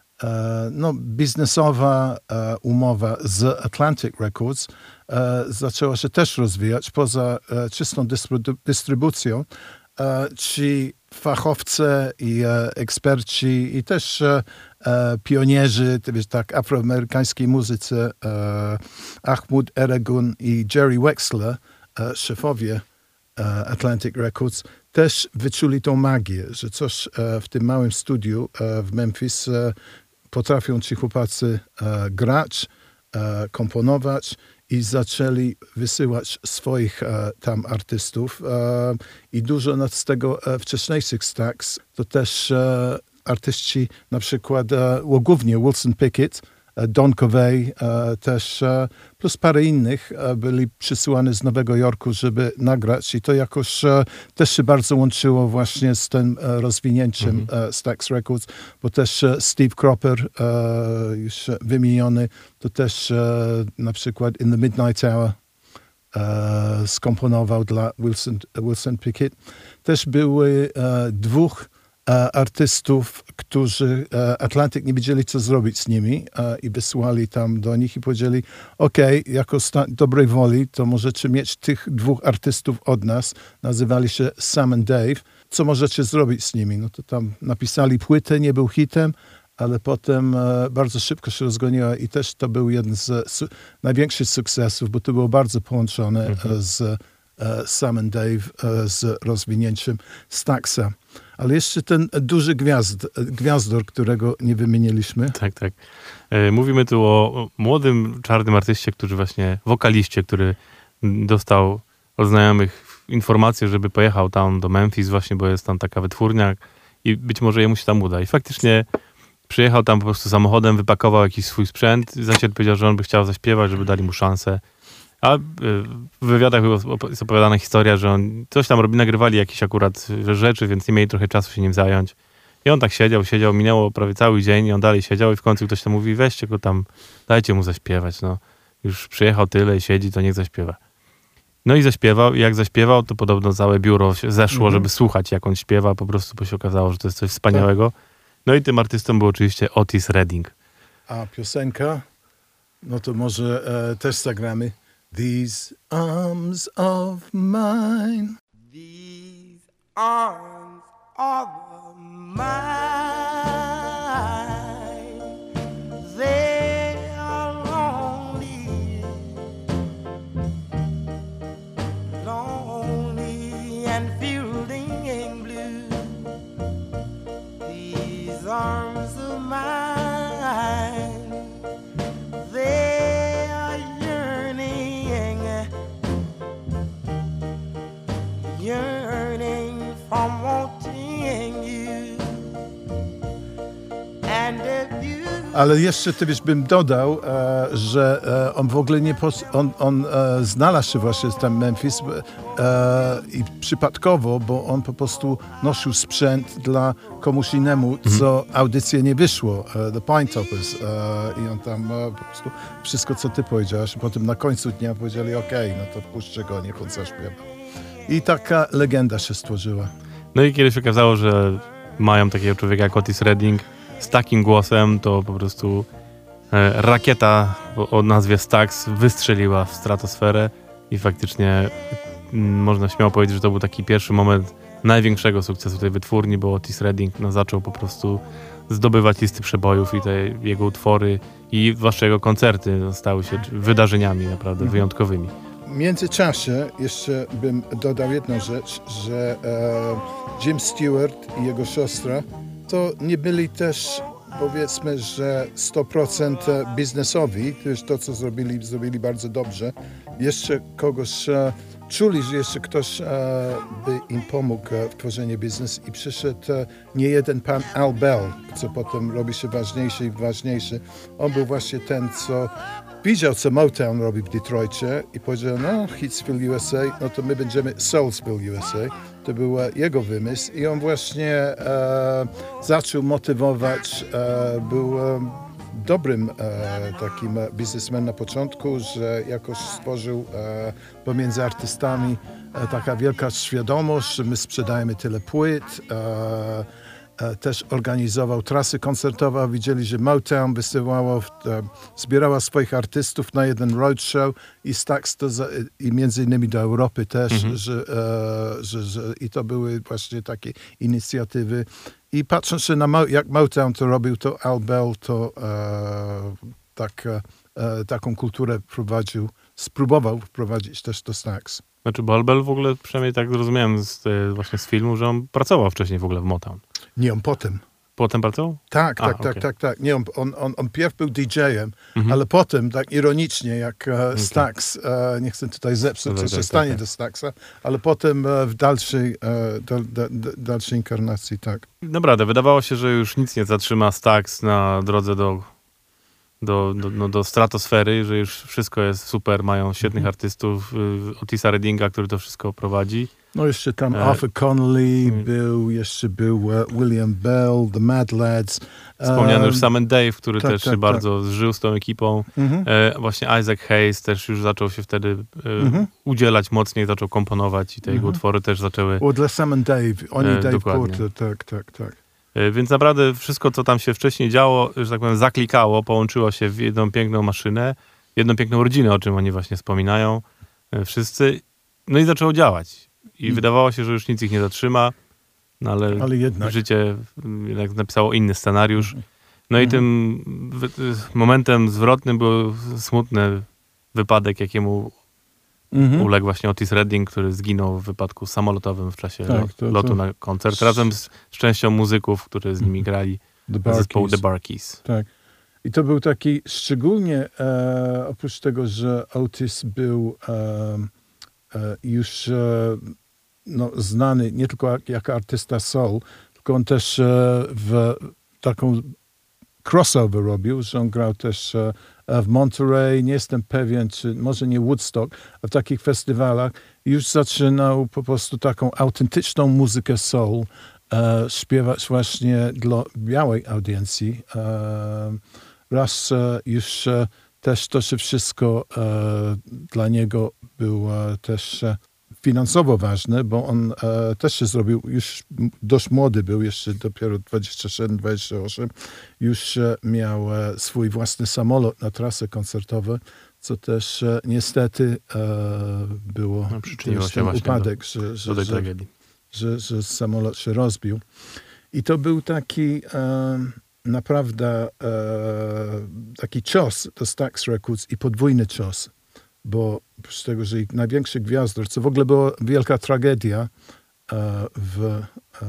e, no, biznesowa e, umowa z Atlantic Records e, zaczęła się też rozwijać poza e, czystą dystrybu- dystrybucją. E, ci fachowcy i e, eksperci i też e, e, pionierzy, ty wiesz, tak, afroamerykańskiej muzyce, e, Ahmud Eragun i Jerry Wexler, e, szefowie e, Atlantic Records, też wyczuli tą magię, że coś e, w tym małym studiu e, w Memphis e, potrafią ci chłopacy e, grać, e, komponować i zaczęli wysyłać swoich e, tam artystów e, i dużo nad z tego e, wcześniejszych Stax to też e, artyści na przykład, e, well, głównie Wilson Pickett, e, Don Covey e, też, e, plus parę innych e, byli przysyłani z Nowego Jorku, żeby nagrać i to jakoś e, też się bardzo łączyło właśnie z tym e, rozwinięciem Mhm. e, Stax Records, bo też e, Steve Cropper, e, już wymieniony, to też e, na przykład In the Midnight Hour e, skomponował dla Wilson, Wilson Pickett. Też były e, dwóch e, artystów, którzy e, Atlantic nie wiedzieli, co zrobić z nimi e, i wysłali tam do nich i powiedzieli, okej, jako sta- dobrej woli, to możecie mieć tych dwóch artystów od nas. Nazywali się Sam and Dave. Co możecie zrobić z nimi? No to tam napisali płytę, nie był hitem, ale potem e, bardzo szybko się rozgoniła i też to był jeden z su- największych sukcesów, bo to było bardzo połączone Mhm. e, z e, Sam and Dave, e, z rozwinięciem Staxa. Ale jeszcze ten duży gwiazd, gwiazdor, którego nie wymieniliśmy. Tak, tak. E, Mówimy tu o o młodym, czarnym artyście, który właśnie, wokaliście, który m, dostał od znajomych informację, żeby pojechał tam do Memphis właśnie, bo jest tam taka wytwórnia i być może jemu się tam uda. I faktycznie przyjechał tam po prostu samochodem, wypakował jakiś swój sprzęt, zasiadł, powiedział, że on by chciał zaśpiewać, żeby dali mu szansę. A y, w wywiadach była op- jest opowiadana historia, że on coś tam robi, nagrywali jakieś akurat rzeczy, więc nie mieli trochę czasu się nim zająć. I on tak siedział, siedział, minęło prawie cały dzień i on dalej siedział i w końcu ktoś tam mówi, weźcie go tam, dajcie mu zaśpiewać, no. Już przyjechał tyle i siedzi, to niech zaśpiewa. No i zaśpiewał i jak zaśpiewał, to podobno całe biuro się zeszło, Mhm. żeby słuchać, jak on śpiewa, po prostu, bo się okazało, że to jest coś wspaniałego. No i tym artystą był oczywiście Otis Redding. A piosenka, no to może e, też zagramy. These arms of mine. These arms are mine. They are lonely, lonely and fielding blue. These arms of mine, they are yearning, yearning from wanting you. And if you Ale jeszcze ty wiesz, bym dodał, e, że e, on w ogóle nie pos- on, on e, znalazł się właśnie tam w Memphis e, i przypadkowo, bo on po prostu nosił sprzęt dla komuś innemu, co audycję nie wyszło, e, The Pine Toppers. E, I on tam e, po prostu wszystko, co ty powiedziałeś, potem na końcu dnia powiedzieli, okej, no to wpuszczę go, niech on zaśpiewa. I taka legenda się stworzyła. No i kiedy się okazało, że mają takiego człowieka jak Otis Redding z takim głosem, to po prostu e, rakieta o, o nazwie Stax wystrzeliła w stratosferę i faktycznie m, można śmiało powiedzieć, że to był taki pierwszy moment największego sukcesu tej wytwórni, bo Otis Redding no, zaczął po prostu zdobywać listy przebojów i te jego utwory i zwłaszcza jego koncerty no, stały się wydarzeniami naprawdę wyjątkowymi. W międzyczasie jeszcze bym dodał jedną rzecz, że e, Jim Stewart i jego siostra to nie byli też, powiedzmy, że sto procent biznesowi, to jest to, co zrobili, zrobili bardzo dobrze. Jeszcze kogoś e, czuli, że jeszcze ktoś e, by im pomógł e, w tworzeniu biznesu i przyszedł e, nie jeden pan Al Bell, co potem robi się ważniejszy i ważniejszy. On był właśnie ten, co widział, co Motown robi w Detroicie i powiedział, no Hitsville U S A, no to my będziemy Soulsville U S A. To był e, jego wymysł i on właśnie e, zaczął motywować, e, był e, dobrym e, takim e, biznesmenem na początku, że jakoś stworzył e, pomiędzy artystami e, taka wielka świadomość, że my sprzedajemy tyle płyt, e, e, też organizował trasy koncertowe. Widzieli, że Motown wysyłało, w, e, zbierała swoich artystów na jeden roadshow i Stax to za, i między innymi do Europy też, Mhm. że, e, że, że i to były właśnie takie inicjatywy. I patrząc na Mo, jak Motown to robił, to Al Bell to e, tak, e, taką kulturę prowadził, spróbował wprowadzić też do Stax. Znaczy, bo Al Bell w ogóle, przynajmniej tak zrozumiałem z, e, właśnie z filmu, że on pracował wcześniej w ogóle w Motown. Nie, on potem. potem pracował? Tak, A, tak, tak, okej. tak, tak. Nie, on, on, on, on pierw był didżejem, Mhm. ale potem, tak ironicznie, jak e, Stax, e, nie chcę tutaj zepsuć, Tak, co się tak, stanie tak. do Staxa, ale potem e, w dalszej, e, do, do, do, dalszej inkarnacji, tak. Naprawdę, wydawało się, że już nic nie zatrzyma Stax na drodze do, do, do, no, do stratosfery, że już wszystko jest super, mają świetnych artystów, y, Otisa Reddinga, który to wszystko prowadzi. No jeszcze tam E, Arthur Connolly mm. był, jeszcze był e, William Bell, The Mad Lads. Wspomniany już em, Sam and Dave, który tak, też tak, się bardzo zżył z tą ekipą. mhm. E, właśnie Isaac Hayes też już zaczął się wtedy e, Mhm. udzielać mocniej, zaczął komponować i te jego Mhm. utwory też zaczęły. O, dla Sam and Dave, oni E, Dave dokładnie. Porter, tak, tak, tak. E, więc naprawdę wszystko, co tam się wcześniej działo, że tak powiem, zaklikało, połączyło się w jedną piękną maszynę, jedną piękną rodzinę, o czym oni właśnie wspominają e, wszyscy. No i zaczęło działać. I Mm. wydawało się, że już nic ich nie zatrzyma, no ale, Ale jednak. życie mm, jednak napisało inny scenariusz. No i Mhm. tym wy- y, momentem zwrotnym był smutny wypadek, jakiemu Mhm. uległ właśnie Otis Redding, który zginął w wypadku samolotowym w czasie Tak, lo- to- lotu to- na koncert, razem z, z częścią muzyków, którzy z nimi grali, The z zespołu Barkeys. The Barkeys. Tak. I to był taki, szczególnie e, oprócz tego, że Otis był e, e, już e, no, znany nie tylko jak, jako artysta soul, tylko on też e, w taką crossover robił, że on grał też e, w Monterey, nie jestem pewien, czy może nie Woodstock, a w takich festiwalach już zaczynał po prostu taką autentyczną muzykę soul e, śpiewać właśnie dla białej audiencji. E, raz e, już e, też to się wszystko e, dla niego było też e, finansowo ważne, bo on e, też się zrobił, już dość młody był, jeszcze dopiero dwadzieścia siedem dwadzieścia osiem, już e, miał e, swój własny samolot na trasy koncertowe, co też e, niestety e, było No, przyczyniło też się ten właśnie upadek, że, Do że, tej że, tragedii. że, że samolot się rozbił. I to był taki e, naprawdę e, taki cios do Stax Records i podwójny cios, bo oprócz tego, że ich największy gwiazdor, co w ogóle była wielka tragedia e, w, e,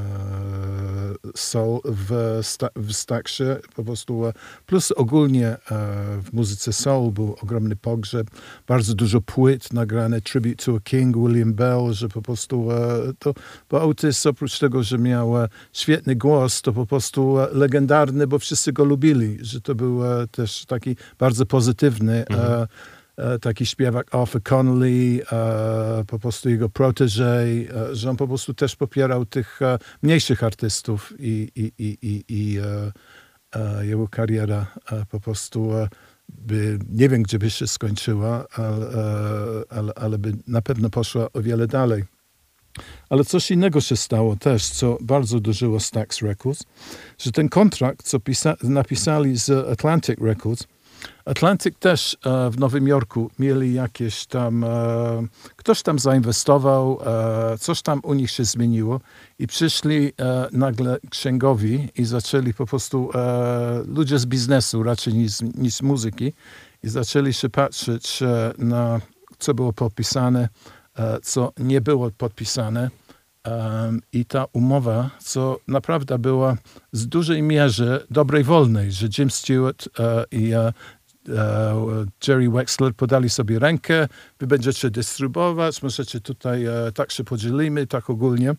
soul, w, sta, w Staxie, po prostu e, plus ogólnie e, w muzyce soul był ogromny pogrzeb, bardzo dużo płyt nagrane, Tribute to a King, William Bell, że po prostu e, to, bo Otis oprócz tego, że miał e, świetny głos, to po prostu e, legendarny, bo wszyscy go lubili, że to był e, też taki bardzo pozytywny Mhm. e, e, taki śpiewak Arthur Connolly, e, po prostu jego protégé, e, że on po prostu też popierał tych e, mniejszych artystów i, i, i, i, i e, e, jego kariera e, po prostu e, by, nie wiem, gdzie by się skończyła, ale, e, ale, ale by na pewno poszła o wiele dalej. Ale coś innego się stało też, co bardzo dożyło Stax Records, że ten kontrakt, co pisa- napisali z Atlantic Records, Atlantic też e, w Nowym Jorku mieli jakieś tam, e, ktoś tam zainwestował, e, coś tam u nich się zmieniło i przyszli e, nagle księgowi i zaczęli po prostu e, ludzie z biznesu raczej niż, niż z muzyki i zaczęli się patrzeć e, na co było podpisane, e, co nie było podpisane. Um, I ta umowa, co naprawdę była z dużej mierze dobrej wolnej, że Jim Stewart e, i e, e, Jerry Wexler podali sobie rękę, wy będziecie dystrybuować, możecie tutaj, e, tak się podzielimy, tak ogólnie.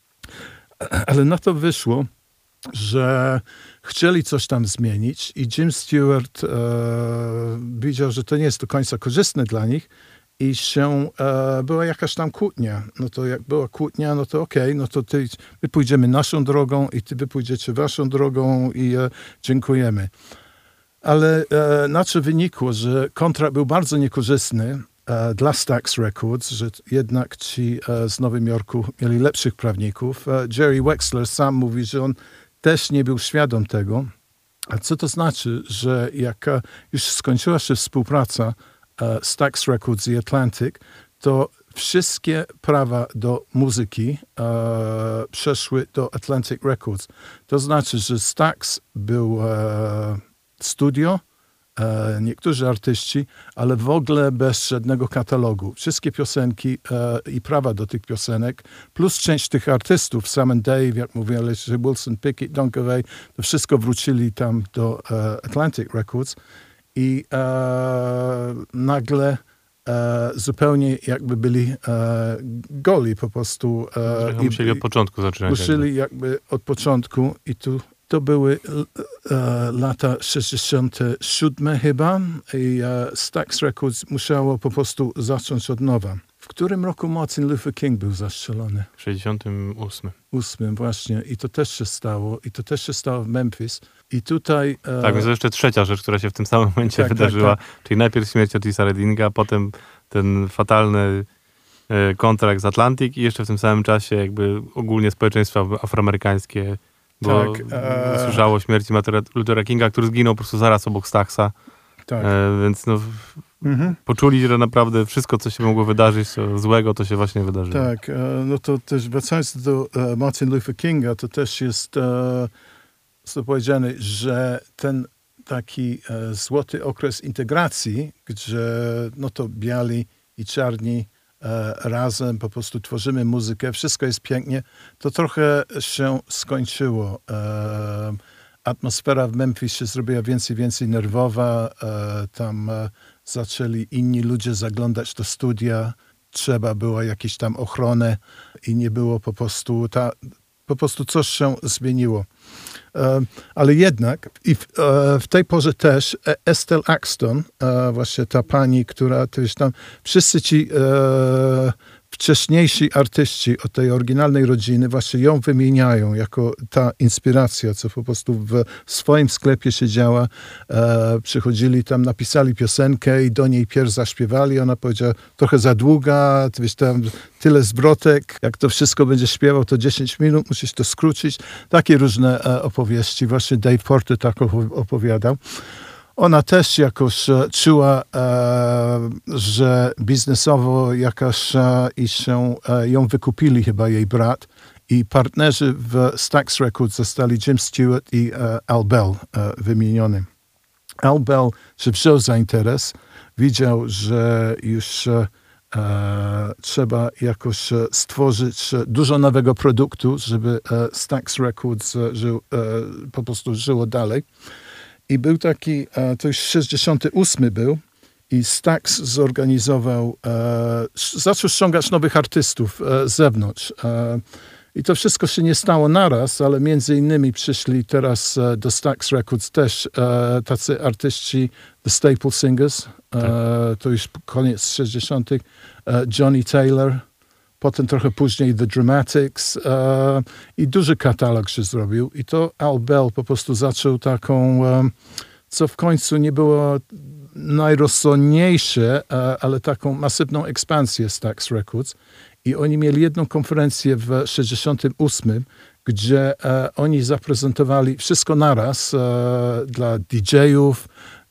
Ale na to wyszło, że chcieli coś tam zmienić i Jim Stewart e, widział, że to nie jest do końca korzystne dla nich, i się, e, była jakaś tam kłótnia. No to jak była kłótnia, no to okej, okay, no to ty, my pójdziemy naszą drogą i ty wy pójdziecie waszą drogą i e, dziękujemy. Ale e, na co wynikło, że kontrakt był bardzo niekorzystny e, dla Stax Records, że jednak ci e, z Nowym Jorku mieli lepszych prawników. E, Jerry Wexler sam mówi, że on też nie był świadom tego. A co to znaczy, że jak e, już skończyła się współpraca Stax Records i Atlantic, to wszystkie prawa do muzyki e, przeszły do Atlantic Records. To znaczy, że Stax był e, studio, e, niektórzy artyści, ale w ogóle bez żadnego katalogu. Wszystkie piosenki e, i prawa do tych piosenek, plus część tych artystów, Sam and Dave, jak mówię, Alicia Wilson, Pickett, Donkey, to wszystko wrócili tam do e, Atlantic Records i e, nagle e, zupełnie jakby byli e, goli po prostu. E, I musieli od początku zaczynać. Musieli jakby od początku i tu to były e, lata sześćdziesiąte siódme chyba i e, Stax Records musiało po prostu zacząć od nowa. W którym roku Martin Luther King był zastrzelony? W sześćdziesiątym ósmym. Ósmym właśnie. I to też się stało. I to też się stało w Memphis. I tutaj... E, Tak, więc to jeszcze trzecia rzecz, która się w tym samym momencie Tak, tak, wydarzyła. tak. Czyli najpierw śmierć Otisa Reddinga, a potem ten fatalny e, kontrakt z Atlantic i jeszcze w tym samym czasie jakby ogólnie społeczeństwo afroamerykańskie bo Tak, e, słyszało śmierci Martina Luthera Kinga, który zginął po prostu zaraz obok Staxa. tak. E, więc no, Mhm. poczuli, że naprawdę wszystko, co się mogło wydarzyć co złego, to się właśnie wydarzyło. Tak, e, no to też wracając do e, Martin Luther Kinga, to też jest e, co powiedziane, że ten taki e, złoty okres integracji, gdzie no to biali i czarni e, razem po prostu tworzymy muzykę, wszystko jest pięknie, to trochę się skończyło. E, atmosfera w Memphis się zrobiła więcej, więcej nerwowa, e, tam e, zaczęli inni ludzie zaglądać do studia, trzeba było jakieś tam ochronę i nie było po prostu, ta, po prostu coś się zmieniło. E, ale jednak i w, e, w tej porze też e, Estelle Axton, e, właśnie ta pani, która też tam, wszyscy ci e, wcześniejsi artyści od tej oryginalnej rodziny właśnie ją wymieniają jako ta inspiracja, co po prostu w swoim sklepie siedziała. E, przychodzili tam, napisali piosenkę i do niej pierw zaśpiewali. Ona powiedziała, trochę za długa, to wiesz, tam tyle zwrotek. Jak to wszystko będzie śpiewał, to dziesięć minut, musisz to skrócić. Takie różne e, opowieści. Właśnie Dave Porter tak opowiadał. Ona też jakoś e, czuła, e, że biznesowo jakaś e, i się e, ją wykupili chyba jej brat i partnerzy w Stax Records zostali Jim Stewart i e, Al Bell e, wymieniony. Al Bell się wziął za interes, widział, że już e, e, trzeba jakoś e, stworzyć e, dużo nowego produktu, żeby e, Stax Records e, żył, e, po prostu żyło dalej. I był taki, e, to już sześćdziesiąty ósmy był i Stax zorganizował, e, zaczął ściągać nowych artystów e, z zewnątrz. E, I to wszystko się nie stało naraz, ale między innymi przyszli teraz e, do Stax Records też e, tacy artyści, The Staple Singers, e, Tak. to już koniec sześćdziesiątych, e, Johnny Taylor, potem trochę później The Dramatics e, i duży katalog się zrobił. I to Al Bell po prostu zaczął taką, e, co w końcu nie było najrozsądniejsze, e, ale taką masywną ekspansję Stax Records. I oni mieli jedną konferencję w sześćdziesiątym ósmym, gdzie e, oni zaprezentowali wszystko naraz e, dla didżejów,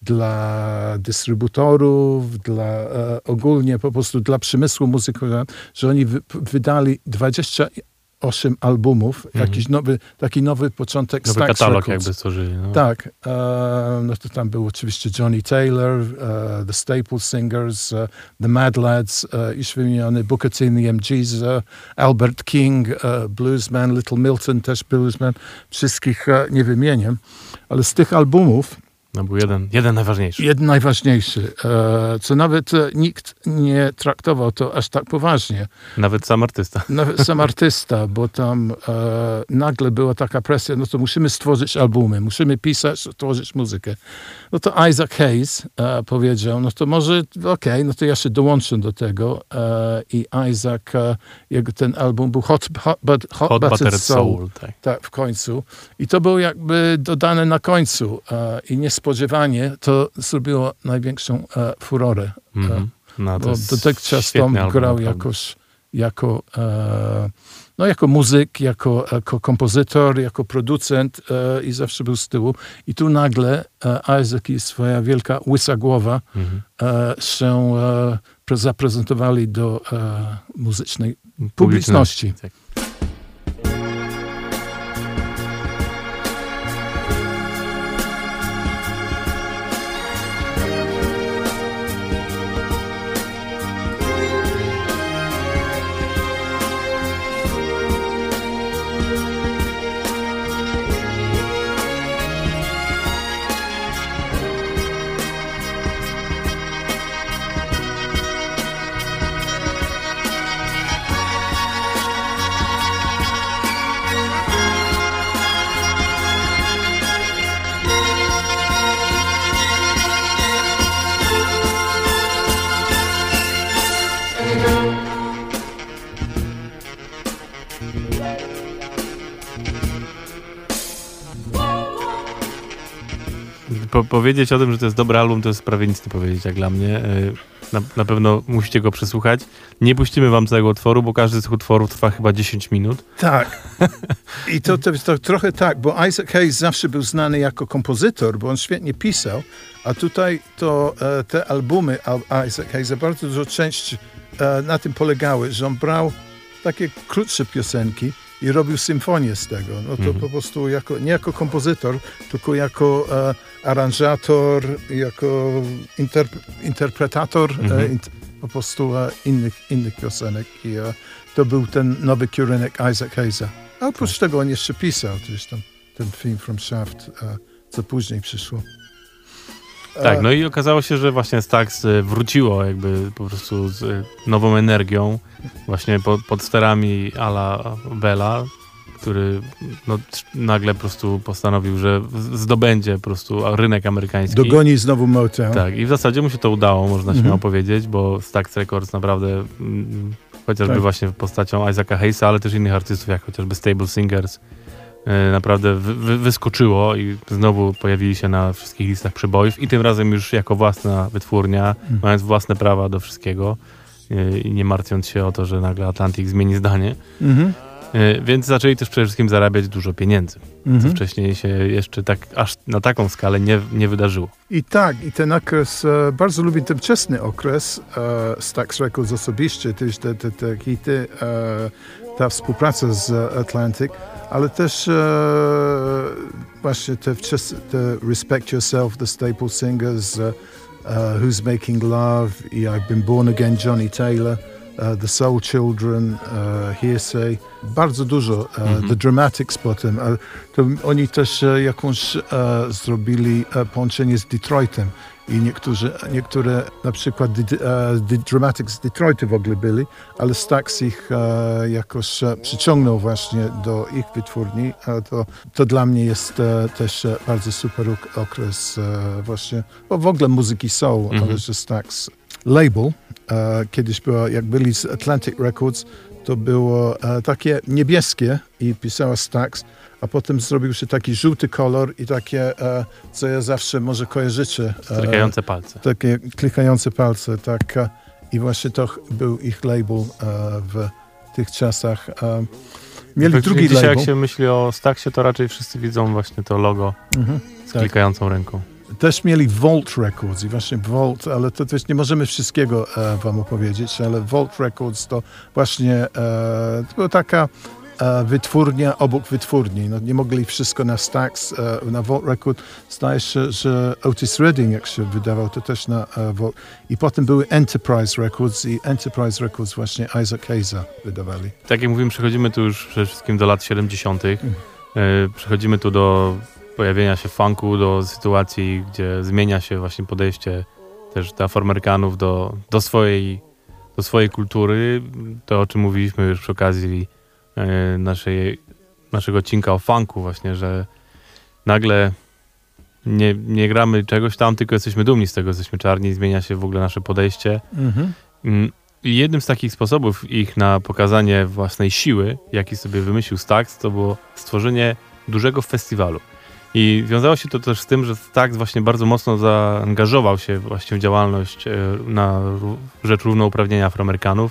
dla dystrybutorów, dla e, ogólnie po prostu dla przemysłu muzykowego, że oni wy, wydali dwadzieścia osiem albumów, Mhm. jakiś nowy, taki nowy początek Nowy Stax katalog Records. jakby stworzyli. No. Tak, e, no to tam był oczywiście Johnny Taylor, e, The Staple Singers, e, The Mad Lads, e, już wymieniony Booker T and the M Gs, e, Albert King, e, bluesman, Little Milton też bluesman, wszystkich e, nie wymienię, ale z tych albumów No był jeden, jeden najważniejszy. jeden najważniejszy, e, co nawet e, nikt nie traktował to aż tak poważnie. Nawet sam artysta. Nawet sam artysta, bo tam e, nagle była taka presja, no to musimy stworzyć albumy, musimy pisać, stworzyć muzykę. No to Isaac Hayes e, powiedział, no to może, okej, okay, no to ja się dołączę do tego e, i Isaac, e, jego ten album był Hot, hot, but, hot, Hot Buttered Buttered Soul. Soul. Tak. Tak, w końcu. I to było jakby dodane na końcu e, i niespodziewanie to zrobiło największą e, furorę. Mhm. No, to Bo jest dotychczas świetny Tom album, grał naprawdę. jakoś, jako, e, no jako muzyk, jako, jako kompozytor, jako producent e, i zawsze był z tyłu. I tu nagle e, Isaac i swoja wielka łysa głowa Mhm. e, się e, pre- zaprezentowali do e, muzycznej publiczności. Tak. Po, powiedzieć o tym, że to jest dobry album, to jest prawie nic nie powiedzieć, jak dla mnie. Na, na pewno musicie go przesłuchać. Nie puścimy wam całego utworu, bo każdy z tych utworów trwa chyba dziesięć minut. Tak. I to, to, to trochę tak, bo Isaac Hayes zawsze był znany jako kompozytor, bo on świetnie pisał, a tutaj to e, te albumy Al- Isaac Hayesa bardzo dużo część e, na tym polegały, że on brał takie krótsze piosenki i robił symfonię z tego. No to Mhm. po prostu jako, nie jako kompozytor, tylko jako e, aranżator, jako inter, interpretator Mhm. e, int, po prostu e, innych, innych piosenek. I e, to był ten nowy kierunek Isaac Hayesa. A oprócz tego on jeszcze pisał też tam ten film From Shaft, e, co później przyszło. Tak, no i okazało się, że właśnie Stax y, wróciło jakby po prostu z y, nową energią, właśnie po, pod sterami Ala Bella, który no, tr- nagle po prostu postanowił, że w- zdobędzie po prostu rynek amerykański. Dogoni znowu Motown. Tak, i w zasadzie mu się to udało, można Mhm. śmiało powiedzieć, bo Stax Records naprawdę, mm, chociażby Tak. właśnie postacią Isaaca Hayesa, ale też innych artystów, jak chociażby Stable Singers, y, naprawdę wy, wy, wyskoczyło i znowu pojawili się na wszystkich listach przebojów i tym razem już jako własna wytwórnia, Mhm. mając własne prawa do wszystkiego y, i nie martwiąc się o to, że nagle Atlantic zmieni zdanie. Mhm. Y, Więc zaczęli też przede wszystkim zarabiać dużo pieniędzy, co Mhm. wcześniej się jeszcze tak aż na taką skalę nie, nie wydarzyło. I tak, i ten okres, e, bardzo lubię ten wczesny okres e, Stax Records osobiście, też te, te, te hity, e, ta współpraca z Atlantic, ale też e, właśnie te wczesne, te Respect Yourself, The Staple Singers, e, e, Who's Making Love i I've Been Born Again, Johnny Taylor, e, The Soul Children, e, Hearsay, bardzo dużo, e, Mhm. The Dramatics potem, ale to oni też e, jakąś e, zrobili e, połączenie z Detroitem i niektórzy, niektóre na przykład The, e, The Dramatics z Detroitu w ogóle byli, ale Stax ich e, jakoś e, przyciągnął właśnie do ich wytwórni, a to, to dla mnie jest e, też e, bardzo super ok- okres e, właśnie, bo w ogóle muzyki soul, Mhm. ale że Stax label, e, kiedyś była, jak byli z Atlantic Records, to było e, takie niebieskie i pisała Stax, a potem zrobił się taki żółty kolor i takie, e, co ja zawsze może kojarzycie. e, Strykające palce. Takie klikające palce, tak. e, I właśnie to ch- był ich label e, w tych czasach. E, mieli Tak, drugi dzisiaj label. jak się myśli o Staxie, to raczej wszyscy widzą właśnie to logo Mhm, z tak. klikającą ręką. Też mieli Vault Records i właśnie Vault, ale to też nie możemy wszystkiego e, wam opowiedzieć, ale Vault Records to właśnie e, to była taka e, wytwórnia obok wytwórni. No, nie mogli wszystko na Stax, e, na Vault Record. Zdaje się, że Otis Redding, jak się wydawał, to też na e, Vault. I potem były Enterprise Records i Enterprise Records właśnie Isaac Hayesa wydawali. Tak jak mówiłem, przechodzimy tu już przede wszystkim do lat siedemdziesiątych. Mhm. E, Przechodzimy tu do pojawienia się funku, do sytuacji, gdzie zmienia się właśnie podejście też do Afroamerykanów do, do, swojej, do swojej kultury. To, o czym mówiliśmy już przy okazji e, naszej, naszego odcinka o funku właśnie, że nagle nie, nie gramy czegoś tam, tylko jesteśmy dumni z tego, że jesteśmy czarni, zmienia się w ogóle nasze podejście. Mhm. Mm, I jednym z takich sposobów ich na pokazanie własnej siły, jaki sobie wymyślił Stax, to było stworzenie dużego festiwalu. I wiązało się to też z tym, że Stax właśnie bardzo mocno zaangażował się właśnie w działalność e, na ró- rzecz równouprawnienia Afroamerykanów.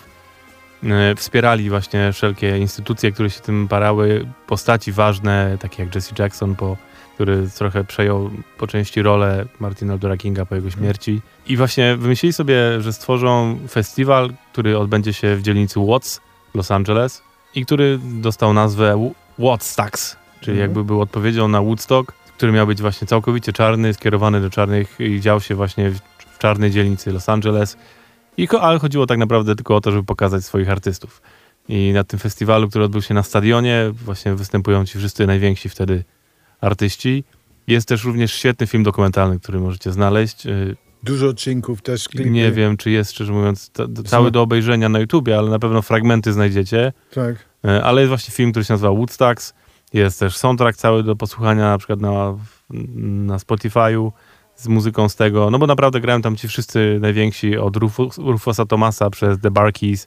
E, Wspierali właśnie wszelkie instytucje, które się tym parały, postaci ważne, takie jak Jesse Jackson, po, który trochę przejął po części rolę Martina Luthera Kinga po jego śmierci. I właśnie wymyślili sobie, że stworzą festiwal, który odbędzie się w dzielnicy Watts, Los Angeles i który dostał nazwę Watts Stax, czyli Mhm. jakby był odpowiedzią na Woodstock, który miał być właśnie całkowicie czarny, skierowany do czarnych i dział się właśnie w, w czarnej dzielnicy Los Angeles. I, ko- ale chodziło tak naprawdę tylko o to, żeby pokazać swoich artystów. I na tym festiwalu, który odbył się na stadionie, właśnie występują ci wszyscy najwięksi wtedy artyści. Jest też również świetny film dokumentalny, który możecie znaleźć. Y, Dużo odcinków też. Klipy. Nie wiem, czy jest, szczerze mówiąc, ta, ta, cały do obejrzenia na YouTubie, ale na pewno fragmenty znajdziecie. Tak. Y, Ale jest właśnie film, który się nazywa Woodstocks. Jest też soundtrack cały do posłuchania, na przykład na, na Spotify'u z muzyką z tego. No bo naprawdę grają tam ci wszyscy najwięksi, od Rufus, Rufusa Thomasa przez The Bar Keys,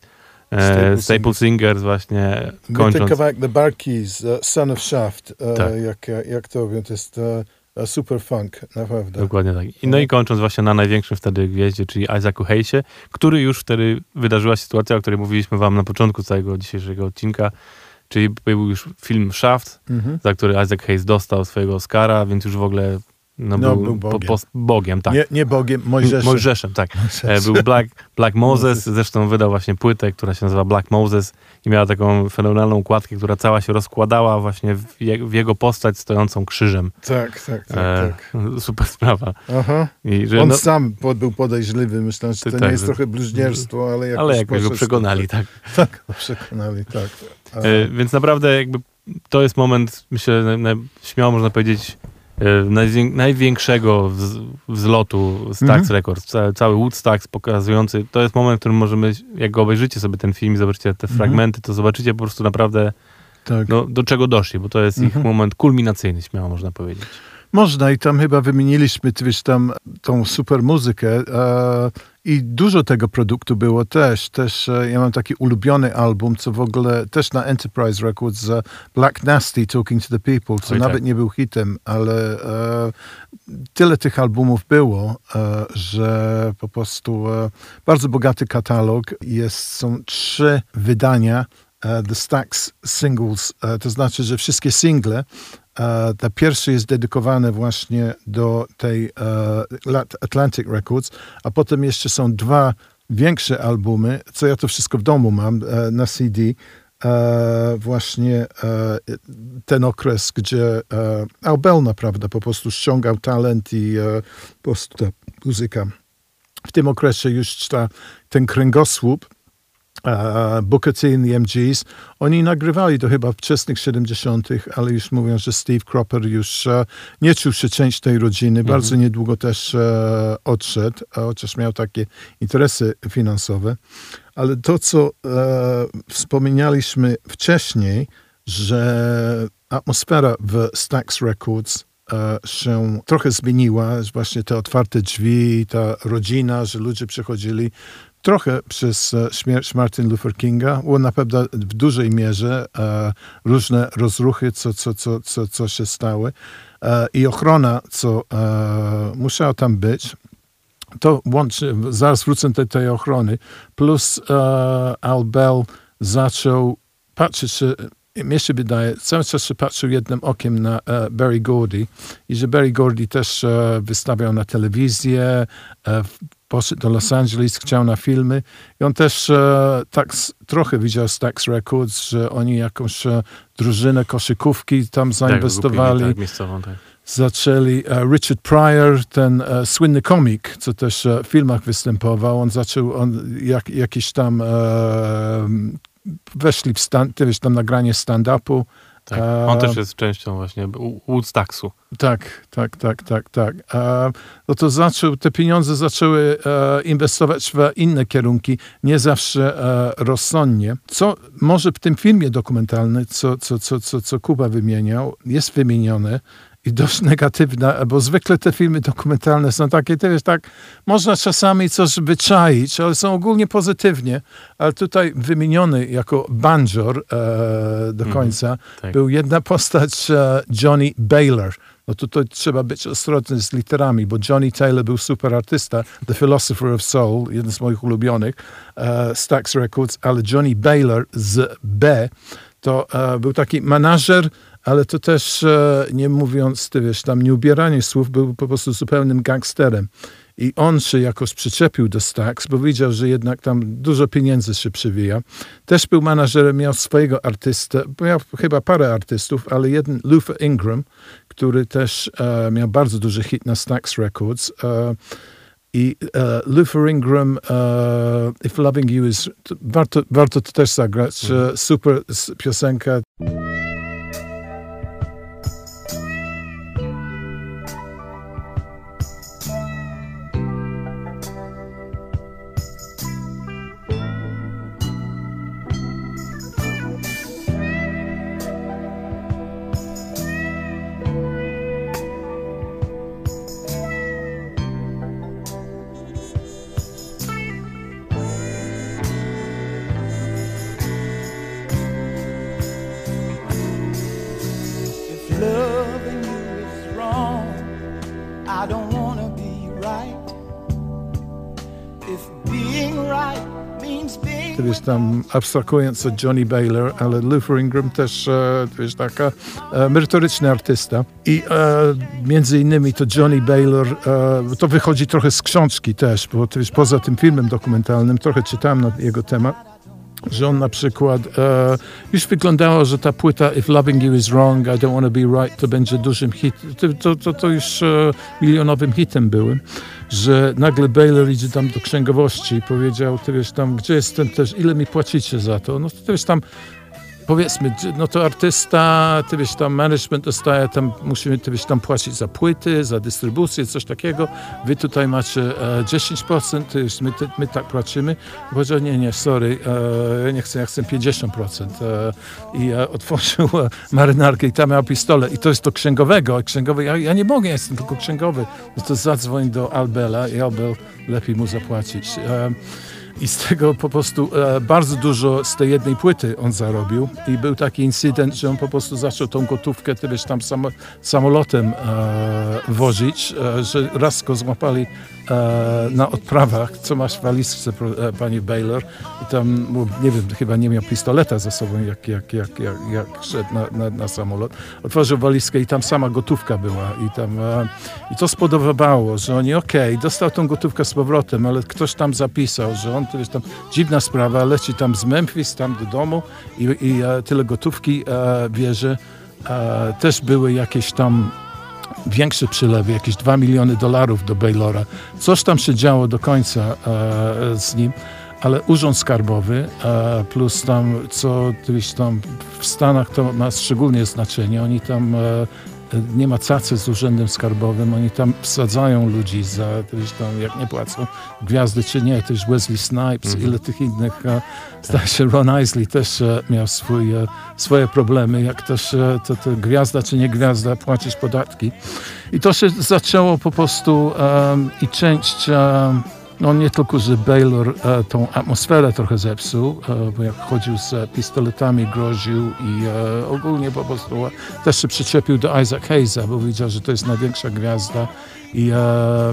e, Staple Staple Singers właśnie, My ten kończąc. kawałek The Barkeys, uh, Son of Shaft, uh, Tak. jak, jak to robią, to jest uh, super funk, naprawdę. Dokładnie tak. I no i kończąc właśnie na największym wtedy gwieździe, czyli Isaacu Hayesie, który już wtedy wydarzyła się sytuacja, o której mówiliśmy wam na początku całego dzisiejszego odcinka, czyli był już film Shaft, Mhm. za który Isaac Hayes dostał swojego Oscara, więc już w ogóle no, No, był, był po, Bogiem. po, Bogiem, tak. Nie, nie Bogiem, Mojżeszem. Mojżeszem, tak. E, Był Black, Black Moses, zresztą wydał właśnie płytę, która się nazywa Black Moses i miała taką fenomenalną układkę, która cała się rozkładała właśnie w, je, w jego postać stojącą krzyżem. Tak, tak, tak. E, tak. super sprawa. Aha. I, że, On no, sam pod, był podejrzliwy, myślę, że to Tak, nie jest że- trochę bluźnierstwo, ale jakoś ale jakoś go poszedł- przekonali, tak. Tak, go przekonali, tak. A, E, więc naprawdę jakby to jest moment, myślę, na, na, śmiało można powiedzieć, e, najwię- największego wz, wzlotu Stax Mhm. Records. Cały, cały Woodstacks pokazujący, to jest moment, w którym możemy, jak go obejrzycie sobie ten film i zobaczycie te Mhm. fragmenty, to zobaczycie po prostu naprawdę, tak. no, do czego doszli, bo to jest ich Mhm. moment kulminacyjny, śmiało można powiedzieć. Można i tam chyba wymieniliśmy, ty wiesz, tam tą super muzykę e, i dużo tego produktu było też. Też e, ja mam taki ulubiony album, co w ogóle też na Enterprise Records, e, Black Nasty, Talking to the People, co Oj, nawet tak. nie był hitem, ale e, tyle tych albumów było, e, że po prostu e, bardzo bogaty katalog. Jest, są trzy wydania e, The Stax Singles, e, to znaczy, że wszystkie single. E, ta pierwszy jest dedykowany właśnie do tej e, Lat- Atlantic Records, a potem jeszcze są dwa większe albumy, co ja to wszystko w domu mam e, na C D. E, właśnie e, ten okres, gdzie e, Al Bell naprawdę po prostu ściągał talent i e, po prostu ta muzyka. W tym okresie już ta, ten kręgosłup Uh, Booker T and the M Gs. Oni nagrywali to chyba w wczesnych siedemdziesiątych, ale już mówią, że Steve Cropper już uh, nie czuł się część tej rodziny. Mhm. Bardzo niedługo też uh, odszedł, a chociaż miał takie interesy finansowe. Ale to, co uh, wspominaliśmy wcześniej, że atmosfera w Stax Records e, się trochę zmieniła, właśnie te otwarte drzwi, ta rodzina, że ludzie przechodzili trochę przez e, śmierć Martin Luther Kinga, było naprawdę w dużej mierze e, różne rozruchy, co, co, co, co, co się stały e, i ochrona, co e, musiała tam być. To łącznie, zaraz wrócę do tej ochrony, plus e, Al Bell zaczął patrzeć, mnie się wydaje, cały czas się patrzył jednym okiem na e, Berry Gordy i że Berry Gordy też e, wystawiał na telewizję, e, poszedł do Los Angeles, chciał na filmy i on też e, tak s- trochę widział Stax Records, że oni jakąś e, drużynę koszykówki tam zainwestowali. Tak, tak, miejscową, tak. Zaczęli, e, Richard Pryor, ten e, słynny komik, co też e, w filmach występował, on zaczął, on jak, jakiś tam e, weszli w stand, ty wiesz, tam nagranie stand-upu. Tak. E, On też jest częścią właśnie Woodstacksu. Tak, tak, tak, tak, tak. E, no to zaczął, te pieniądze zaczęły e, inwestować w inne kierunki, nie zawsze e, rozsądnie. Co może w tym filmie dokumentalnym, co, co, co, co, co Kuba wymieniał, jest wymienione i dość negatywna, bo zwykle te filmy dokumentalne są takie, to jest tak, można czasami coś wyczaić, ale są ogólnie pozytywnie, ale tutaj wymieniony jako banjor e, do końca tak. był jedna postać e, Johnny Baylor. No tutaj trzeba być ostrożny z literami, bo Johnny Taylor był super artysta, The Philosopher of Soul, jeden z moich ulubionych, e, Stax Records, ale Johnny Baylor z B to e, był taki manażer, ale to też, e, nie mówiąc, ty wiesz, tam nie ubieranie słów, był po prostu zupełnym gangsterem. I on się jakoś przyczepił do Stax, bo widział, że jednak tam dużo pieniędzy się przywija. Też był manażerem, miał swojego artystę, miał chyba parę artystów, ale jeden, Luther Ingram, który też e, miał bardzo duży hit na Stax Records. E, I e, Luther Ingram, e, If Loving You Is... To warto, warto to też zagrać. E, super s- piosenka. ty wiesz, tam abstrahując od Johnny Baylor, ale Luther Ingram też, e, ty wiesz, taka e, merytoryczny artysta. I e, między innymi to Johnny Baylor, e, to wychodzi trochę z książki też, bo ty wiesz, poza tym filmem dokumentalnym trochę czytałem na jego temat, że on na przykład e, już wyglądało, że ta płyta If Loving You Is Wrong, I Don't Wanna Be Right, to będzie dużym hitem, to, to, to, to już e, milionowym hitem były, że nagle Baylor idzie tam do księgowości i powiedział, ty wiesz tam, gdzie jestem też, ile mi płacicie za to? No to ty wiesz tam, powiedzmy, no to artysta, ty wiesz, tam management dostaje, tam musimy, ty wiesz, tam płacić za płyty, za dystrybucję, coś takiego. Wy tutaj macie e, dziesięć procent, ty wiesz, my, ty, my tak płacimy. Powiedział, nie, nie, sorry, e, ja nie chcę, ja chcę pięćdziesiąt procent. E, I e, otworzył e, marynarkę i tam miał pistolet. I to jest do księgowego. A księgowy, ja, ja nie mogę, ja jestem tylko księgowy. No to zadzwoń do Albela i Albel lepiej mu zapłacić. E, I z tego po prostu e, bardzo dużo z tej jednej płyty on zarobił. I był taki incydent, że on po prostu zaczął tą gotówkę, ty wiesz, tam samo, samolotem e, wozić, e, że raz go złapali e, na odprawach, co masz w walizce, e, pani Baylor. I tam, nie wiem, chyba nie miał pistoleta za sobą, jak, jak, jak, jak, jak szedł na, na, na samolot. Otworzył walizkę i tam sama gotówka była. I, tam, e, i to spodobało, że oni, okej, okay, dostał tą gotówkę z powrotem, ale ktoś tam zapisał, że on, to jest tam dziwna sprawa, leci tam z Memphis, tam do domu i, i e, tyle gotówki e, bierze. E, też były jakieś tam większe przylewy, jakieś dwa miliony dolarów do Baylora. Coś tam się działo do końca e, z nim, ale Urząd Skarbowy e, plus tam, co ty wiesz, tam w Stanach to ma szczególnie znaczenie, oni tam e, nie ma cacy z Urzędem Skarbowym, oni tam wsadzają ludzi za, to już tam, jak nie płacą gwiazdy czy nie, to już Wesley Snipes, mm-hmm. ile tych innych, e, zdaje się Ron Isley też e, miał swój, e, swoje problemy, jak też e, to, to gwiazda czy nie gwiazda, płacić podatki. I to się zaczęło po prostu e, i część e, no nie tylko, że Baylor e, tą atmosferę trochę zepsuł, e, bo jak chodził z pistoletami, groził i e, ogólnie po prostu e, też się przyczepił do Isaac Hayesa, bo widział, że to jest największa gwiazda i e,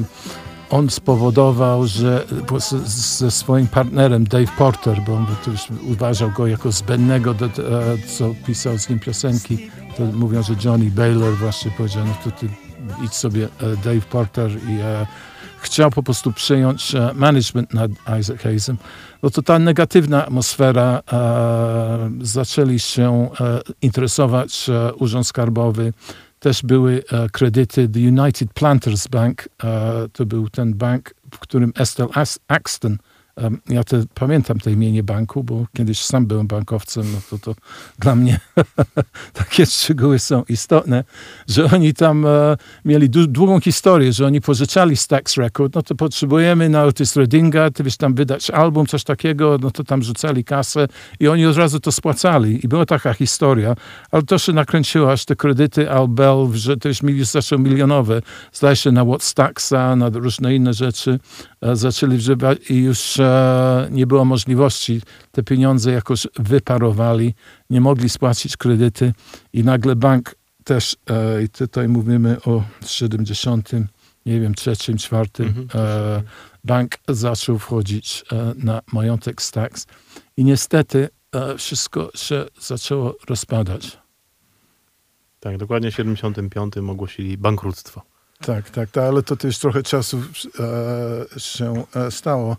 on spowodował, że z, ze swoim partnerem Dave Porter, bo on to już uważał go jako zbędnego, do, e, co pisał z nim piosenki, to mówią, że Johnny Baylor właśnie powiedział, no to ty idź sobie e, Dave Porter i e, chciał po prostu przejąć e, management nad Isaac Hayesem, no to ta negatywna atmosfera, e, zaczęli się e, interesować e, Urząd Skarbowy, też były e, kredyty. The United Planters Bank, e, to był ten bank, w którym Estelle Axton, e, ja te, pamiętam to imienie banku, bo kiedyś sam byłem bankowcem, no to, to dla mnie takie szczegóły są istotne, że oni tam e, mieli du- długą historię, że oni pożyczali Stax Record, no to potrzebujemy na Otis Reddinga, ty wiesz, tam wydać album, coś takiego, no to tam rzucali kasę i oni od razu to spłacali i była taka historia, ale to się nakręciło, aż te kredyty Al Bell, że to już mili- zaczęły milionowe, zdaje się na What Staxa, na różne inne rzeczy, e, zaczęli wżywać i już e, nie było możliwości, te pieniądze jakoś wyparowali, nie mogli spłacić kredyty i nagle bank też, e, i tutaj mówimy o siedemdziesiątym, nie wiem, trzecim, czwartym, mm-hmm. e, bank zaczął wchodzić e, na majątek Stax i niestety e, wszystko się zaczęło rozpadać. Tak, dokładnie w siedemdziesiątym piątym ogłosili bankructwo. Tak, tak, tak, ale to też trochę czasu e, się e, stało.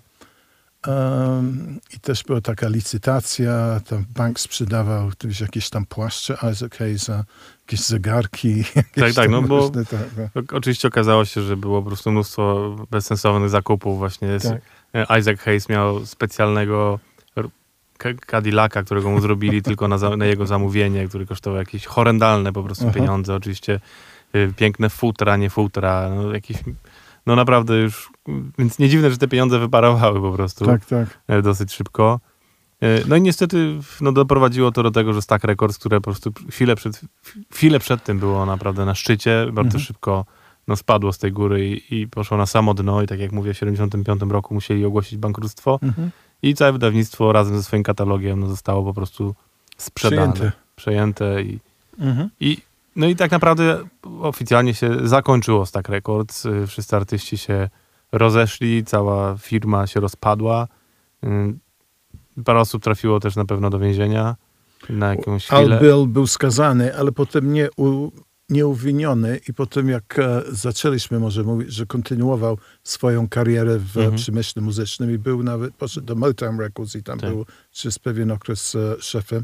Um, I też była taka licytacja, tam bank sprzedawał jakieś tam płaszcze Isaac Hayesa, jakieś zegarki. Tak, tak, no bo różne, tak, no. oczywiście okazało się, że było po prostu mnóstwo bezsensownych zakupów właśnie. Tak. Isaac Hayes miał specjalnego Cadillaca, którego mu zrobili tylko na, za, na jego zamówienie, który kosztował jakieś horrendalne po prostu Aha. pieniądze. Oczywiście y, piękne futra, nie futra, no jakieś... No naprawdę już, więc nie dziwne, że te pieniądze wyparowały po prostu. Tak, tak. Dosyć szybko. No i niestety no, doprowadziło to do tego, że Stax Records, które po prostu chwilę przed, chwilę przed tym było naprawdę na szczycie, bardzo mhm. szybko no, spadło z tej góry i, i poszło na samo dno i tak jak mówię, w siedemdziesiątym piątym roku musieli ogłosić bankructwo mhm. i całe wydawnictwo razem ze swoim katalogiem no, zostało po prostu sprzedane. Przejęte. Przejęte i, mhm. i no i tak naprawdę oficjalnie się zakończyło Stax Records. Wszyscy artyści się rozeszli, cała firma się rozpadła. Parę osób trafiło też na pewno do więzienia na jakąś Al chwilę. Bill był skazany, ale potem nie, u, nie uwiniony i potem jak e, zaczęliśmy może mówić, że kontynuował swoją karierę w Mhm. przemyśle muzycznym i był nawet, poszedł do Motown Records i tam Tak. był przez pewien okres e, szefem.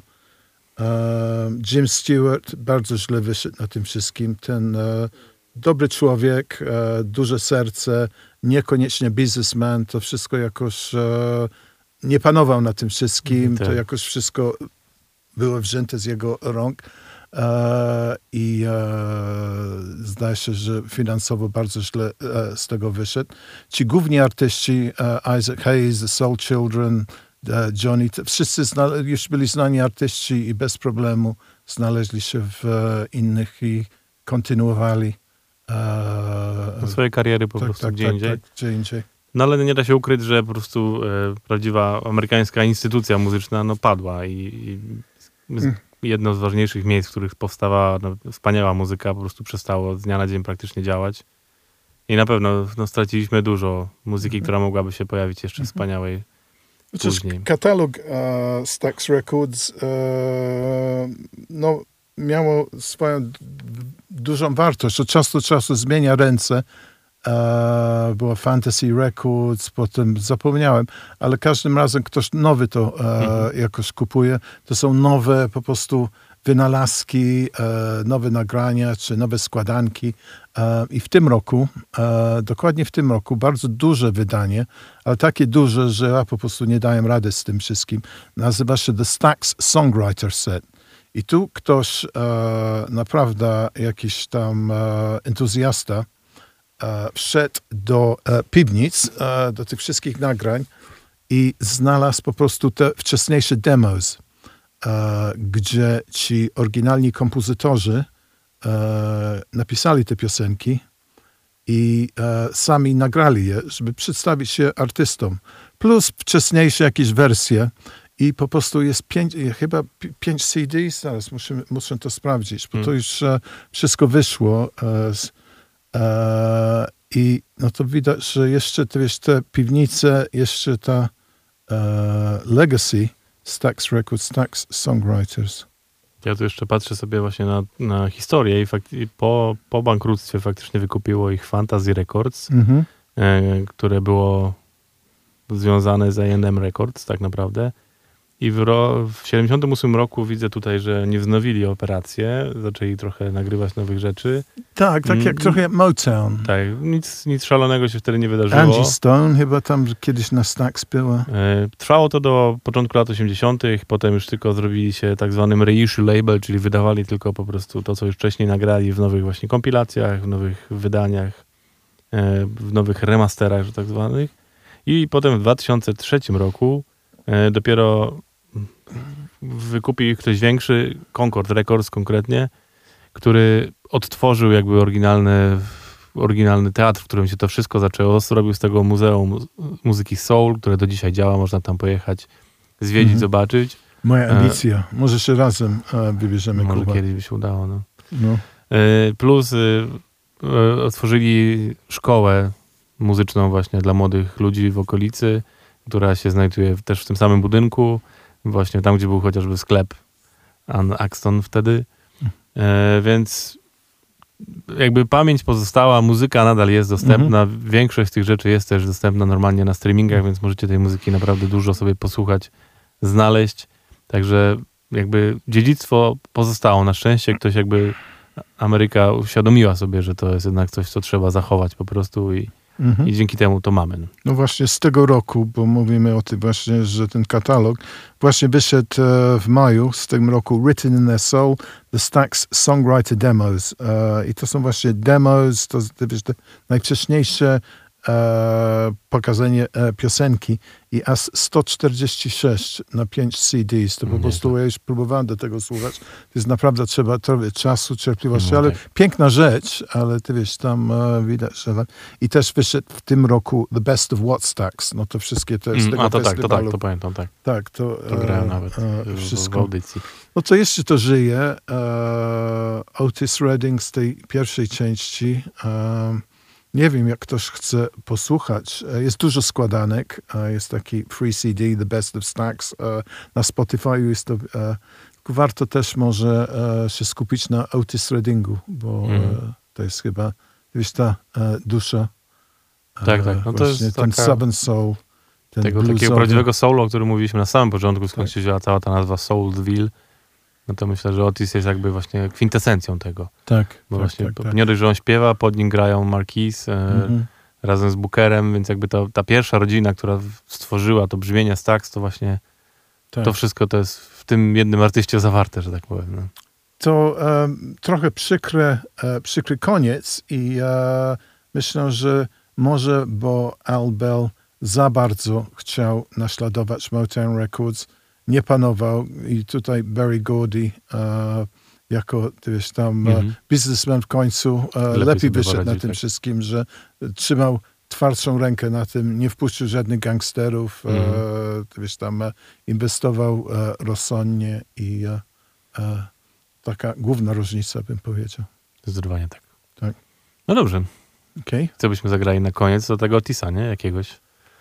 E, Jim Stewart bardzo źle wyszedł na tym wszystkim. Ten e, dobry człowiek, e, duże serce, niekoniecznie biznesman, to wszystko jakoś e, nie panował na tym wszystkim, Tak. to jakoś wszystko było wzięte z jego rąk e, i e, zdaje się, że finansowo bardzo źle e, z tego wyszedł. Ci główni artyści, e, Isaac Hayes, The Soul Children, e, Johnny, to wszyscy zna, już byli znani artyści i bez problemu znaleźli się w e, innych i kontynuowali e, Swoje kariery po tak, prostu tak, gdzie tak, indziej. tak, gdzie indziej. No ale nie da się ukryć, że po prostu e, prawdziwa amerykańska instytucja muzyczna no, padła i, i z, Mm. jedno z ważniejszych miejsc, w których powstawała no, wspaniała muzyka, po prostu przestało z dnia na dzień praktycznie działać. I na pewno no, straciliśmy dużo muzyki, Mhm. która mogłaby się pojawić jeszcze wspaniałej Chociaż później. katalog e, Stax Records e, no, miało swoją d- dużą wartość. Od czasu do czasu zmienia ręce. E, było Fantasy Records, potem zapomniałem, ale każdym razem ktoś nowy to e, Mhm. jakoś kupuje. To są nowe po prostu wynalazki, e, nowe nagrania, czy nowe składanki. E, I w tym roku, e, dokładnie w tym roku, bardzo duże wydanie, ale takie duże, że ja po prostu nie dałem rady z tym wszystkim. Nazywa się The Stax Songwriter Set. I tu ktoś, e, naprawdę jakiś tam e, entuzjasta, e, wszedł do e, piwnic, e, do tych wszystkich nagrań i znalazł po prostu te wcześniejsze demos, e, gdzie ci oryginalni kompozytorzy e, napisali te piosenki i e, sami nagrali je, żeby przedstawić się artystom. Plus wcześniejsze jakieś wersje i po prostu jest pięć, chyba pi- pięć C D, zaraz muszę, muszę to sprawdzić, bo to Hmm. już e, wszystko wyszło e, z, e, i no to widać, że jeszcze to wiesz, te piwnice, jeszcze ta e, Legacy, Stax Records, Stax Songwriters. Ja tu jeszcze patrzę sobie właśnie na, na historię i, fakt, i po, po bankructwie faktycznie wykupiło ich Fantasy Records, Mhm. e, które było związane z A and M Records tak naprawdę. I w, ro, w siedemdziesiątym ósmym roku widzę tutaj, że nie wznowili operację, zaczęli trochę nagrywać nowych rzeczy. Tak, tak jak Mm. trochę jak Motown. Tak, nic, nic szalonego się wtedy nie wydarzyło. Angie Stone chyba tam kiedyś na Stax była. E, Trwało to do początku lat osiemdziesiątych, potem już tylko zrobili się tak zwanym reissue label, czyli wydawali tylko po prostu to, co już wcześniej nagrali w nowych właśnie kompilacjach, w nowych wydaniach, e, w nowych remasterach że tak zwanych. I potem w dwa tysiące trzecim roku e, dopiero wykupił ich ktoś większy, Concord Records konkretnie, który odtworzył jakby oryginalny, oryginalny teatr, w którym się to wszystko zaczęło. Zrobił z tego muzeum mu- muzyki soul, które do dzisiaj działa. Można tam pojechać, zwiedzić, Mhm. zobaczyć. Moja E, ambicja. Może się razem e, wybierzemy Może Kuba. kiedyś by się udało. No. No. E, Plus y, y, otworzyli szkołę muzyczną właśnie dla młodych ludzi w okolicy, która się znajduje w- też w tym samym budynku, właśnie tam, gdzie był chociażby sklep Ann Axton wtedy. E, więc jakby pamięć pozostała, muzyka nadal jest dostępna. Większość z tych rzeczy jest też dostępna normalnie na streamingach, więc możecie tej muzyki naprawdę dużo sobie posłuchać, znaleźć. Także jakby dziedzictwo pozostało. Na szczęście ktoś jakby Ameryka uświadomiła sobie, że to jest jednak coś, co trzeba zachować po prostu i, Mhm. i dzięki temu to mamy. No. No właśnie z tego roku, bo mówimy o tym właśnie, że ten katalog właśnie wyszedł e, w maju z tym roku Written in Their Soul, The Stax Songwriter Demos. E, I to są właśnie demos, to te, wiesz, te najwcześniejsze e, pokazanie e, piosenki i aż sto czterdzieści sześć na pięć C Ds. To po Nie, prostu ja już próbowałem do tego słuchać. To jest naprawdę trzeba trochę czasu, cierpliwości, No ale tak. piękna rzecz, ale ty wiesz, tam e, widać, że... I też wyszedł w tym roku The Best of What Stax. No to wszystkie te z Mm, tego a to tak, to festiwalu. tak, to pamiętam, tak. Tak, to, To grałem e, nawet e, w, w wszystko. audycji. No to jeszcze to żyje. E, Otis Redding z tej pierwszej części. E, nie wiem, jak ktoś chce posłuchać. E, Jest dużo składanek. E, Jest taki free C D, The Best of Stax. E, Na Spotify jest to... e, tylko warto też może e, się skupić na Otis Reddingu, bo Mhm. e, to jest chyba, wiesz, ta e, dusza. e, Tak, tak. No to właśnie jest ten taka- Southern Soul. Ten Tego takiego bluesowy. prawdziwego soulu, o którym mówiliśmy na samym początku, skąd Tak. się wzięła cała ta nazwa Soulsville. No to myślę, że Otis jest jakby właśnie kwintesencją tego. Tak, Bo tak, właśnie tak, tak. nie dość, że on śpiewa, pod nim grają Marquis e, Mhm. razem z Bookerem, więc jakby to, ta pierwsza rodzina, która w- stworzyła to brzmienie Stax, to właśnie Tak. to wszystko to jest w tym jednym artyście zawarte, że tak powiem. No. To em, trochę przykry, e, przykry koniec i e, myślę, że może, bo Al Bell za bardzo chciał naśladować Motown Records, nie panował i tutaj Berry Gordy e, jako wiesz, tam Mhm. e, biznesmen w końcu e, Lepiej lepiej, sobie wyszedł na poradził, tym tak. wszystkim, że trzymał twardszą rękę na tym, nie wpuścił żadnych gangsterów, Mhm. e, wiesz, tam e, inwestował e, rozsądnie i e, e, taka główna różnica, bym powiedział. Zdecydowanie tak. Tak. No dobrze. Okay. Co byśmy zagrali na koniec do tego Otisa, nie? Jakiegoś.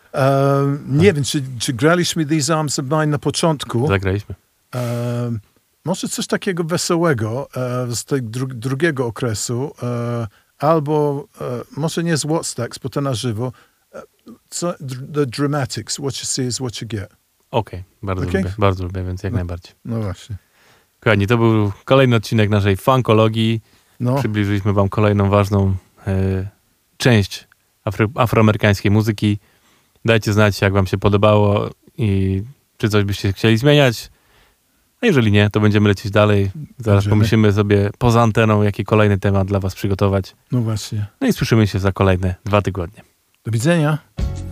Um, nie wiem, czy, czy graliśmy These Arms of Mine na początku. Zagraliśmy. Um, może coś takiego wesołego e, z tego dru- drugiego okresu, e, albo e, może nie z Wattstax, bo to na żywo. E, co, dr- the Dramatics, what you see is what you get. Okej, bardzo Okej. lubię, bardzo lubię, więc jak No. najbardziej. No właśnie. Kochani, to był kolejny odcinek naszej funkologii. No, Przybliżyliśmy wam kolejną ważną e, część afro, afroamerykańskiej muzyki. Dajcie znać, jak wam się podobało i czy coś byście chcieli zmieniać. A jeżeli nie, to będziemy lecieć dalej. Zaraz Będziemy. pomyślimy sobie poza anteną, jaki kolejny temat dla was przygotować. no właśnie. No i słyszymy się za kolejne dwa tygodnie. Do widzenia.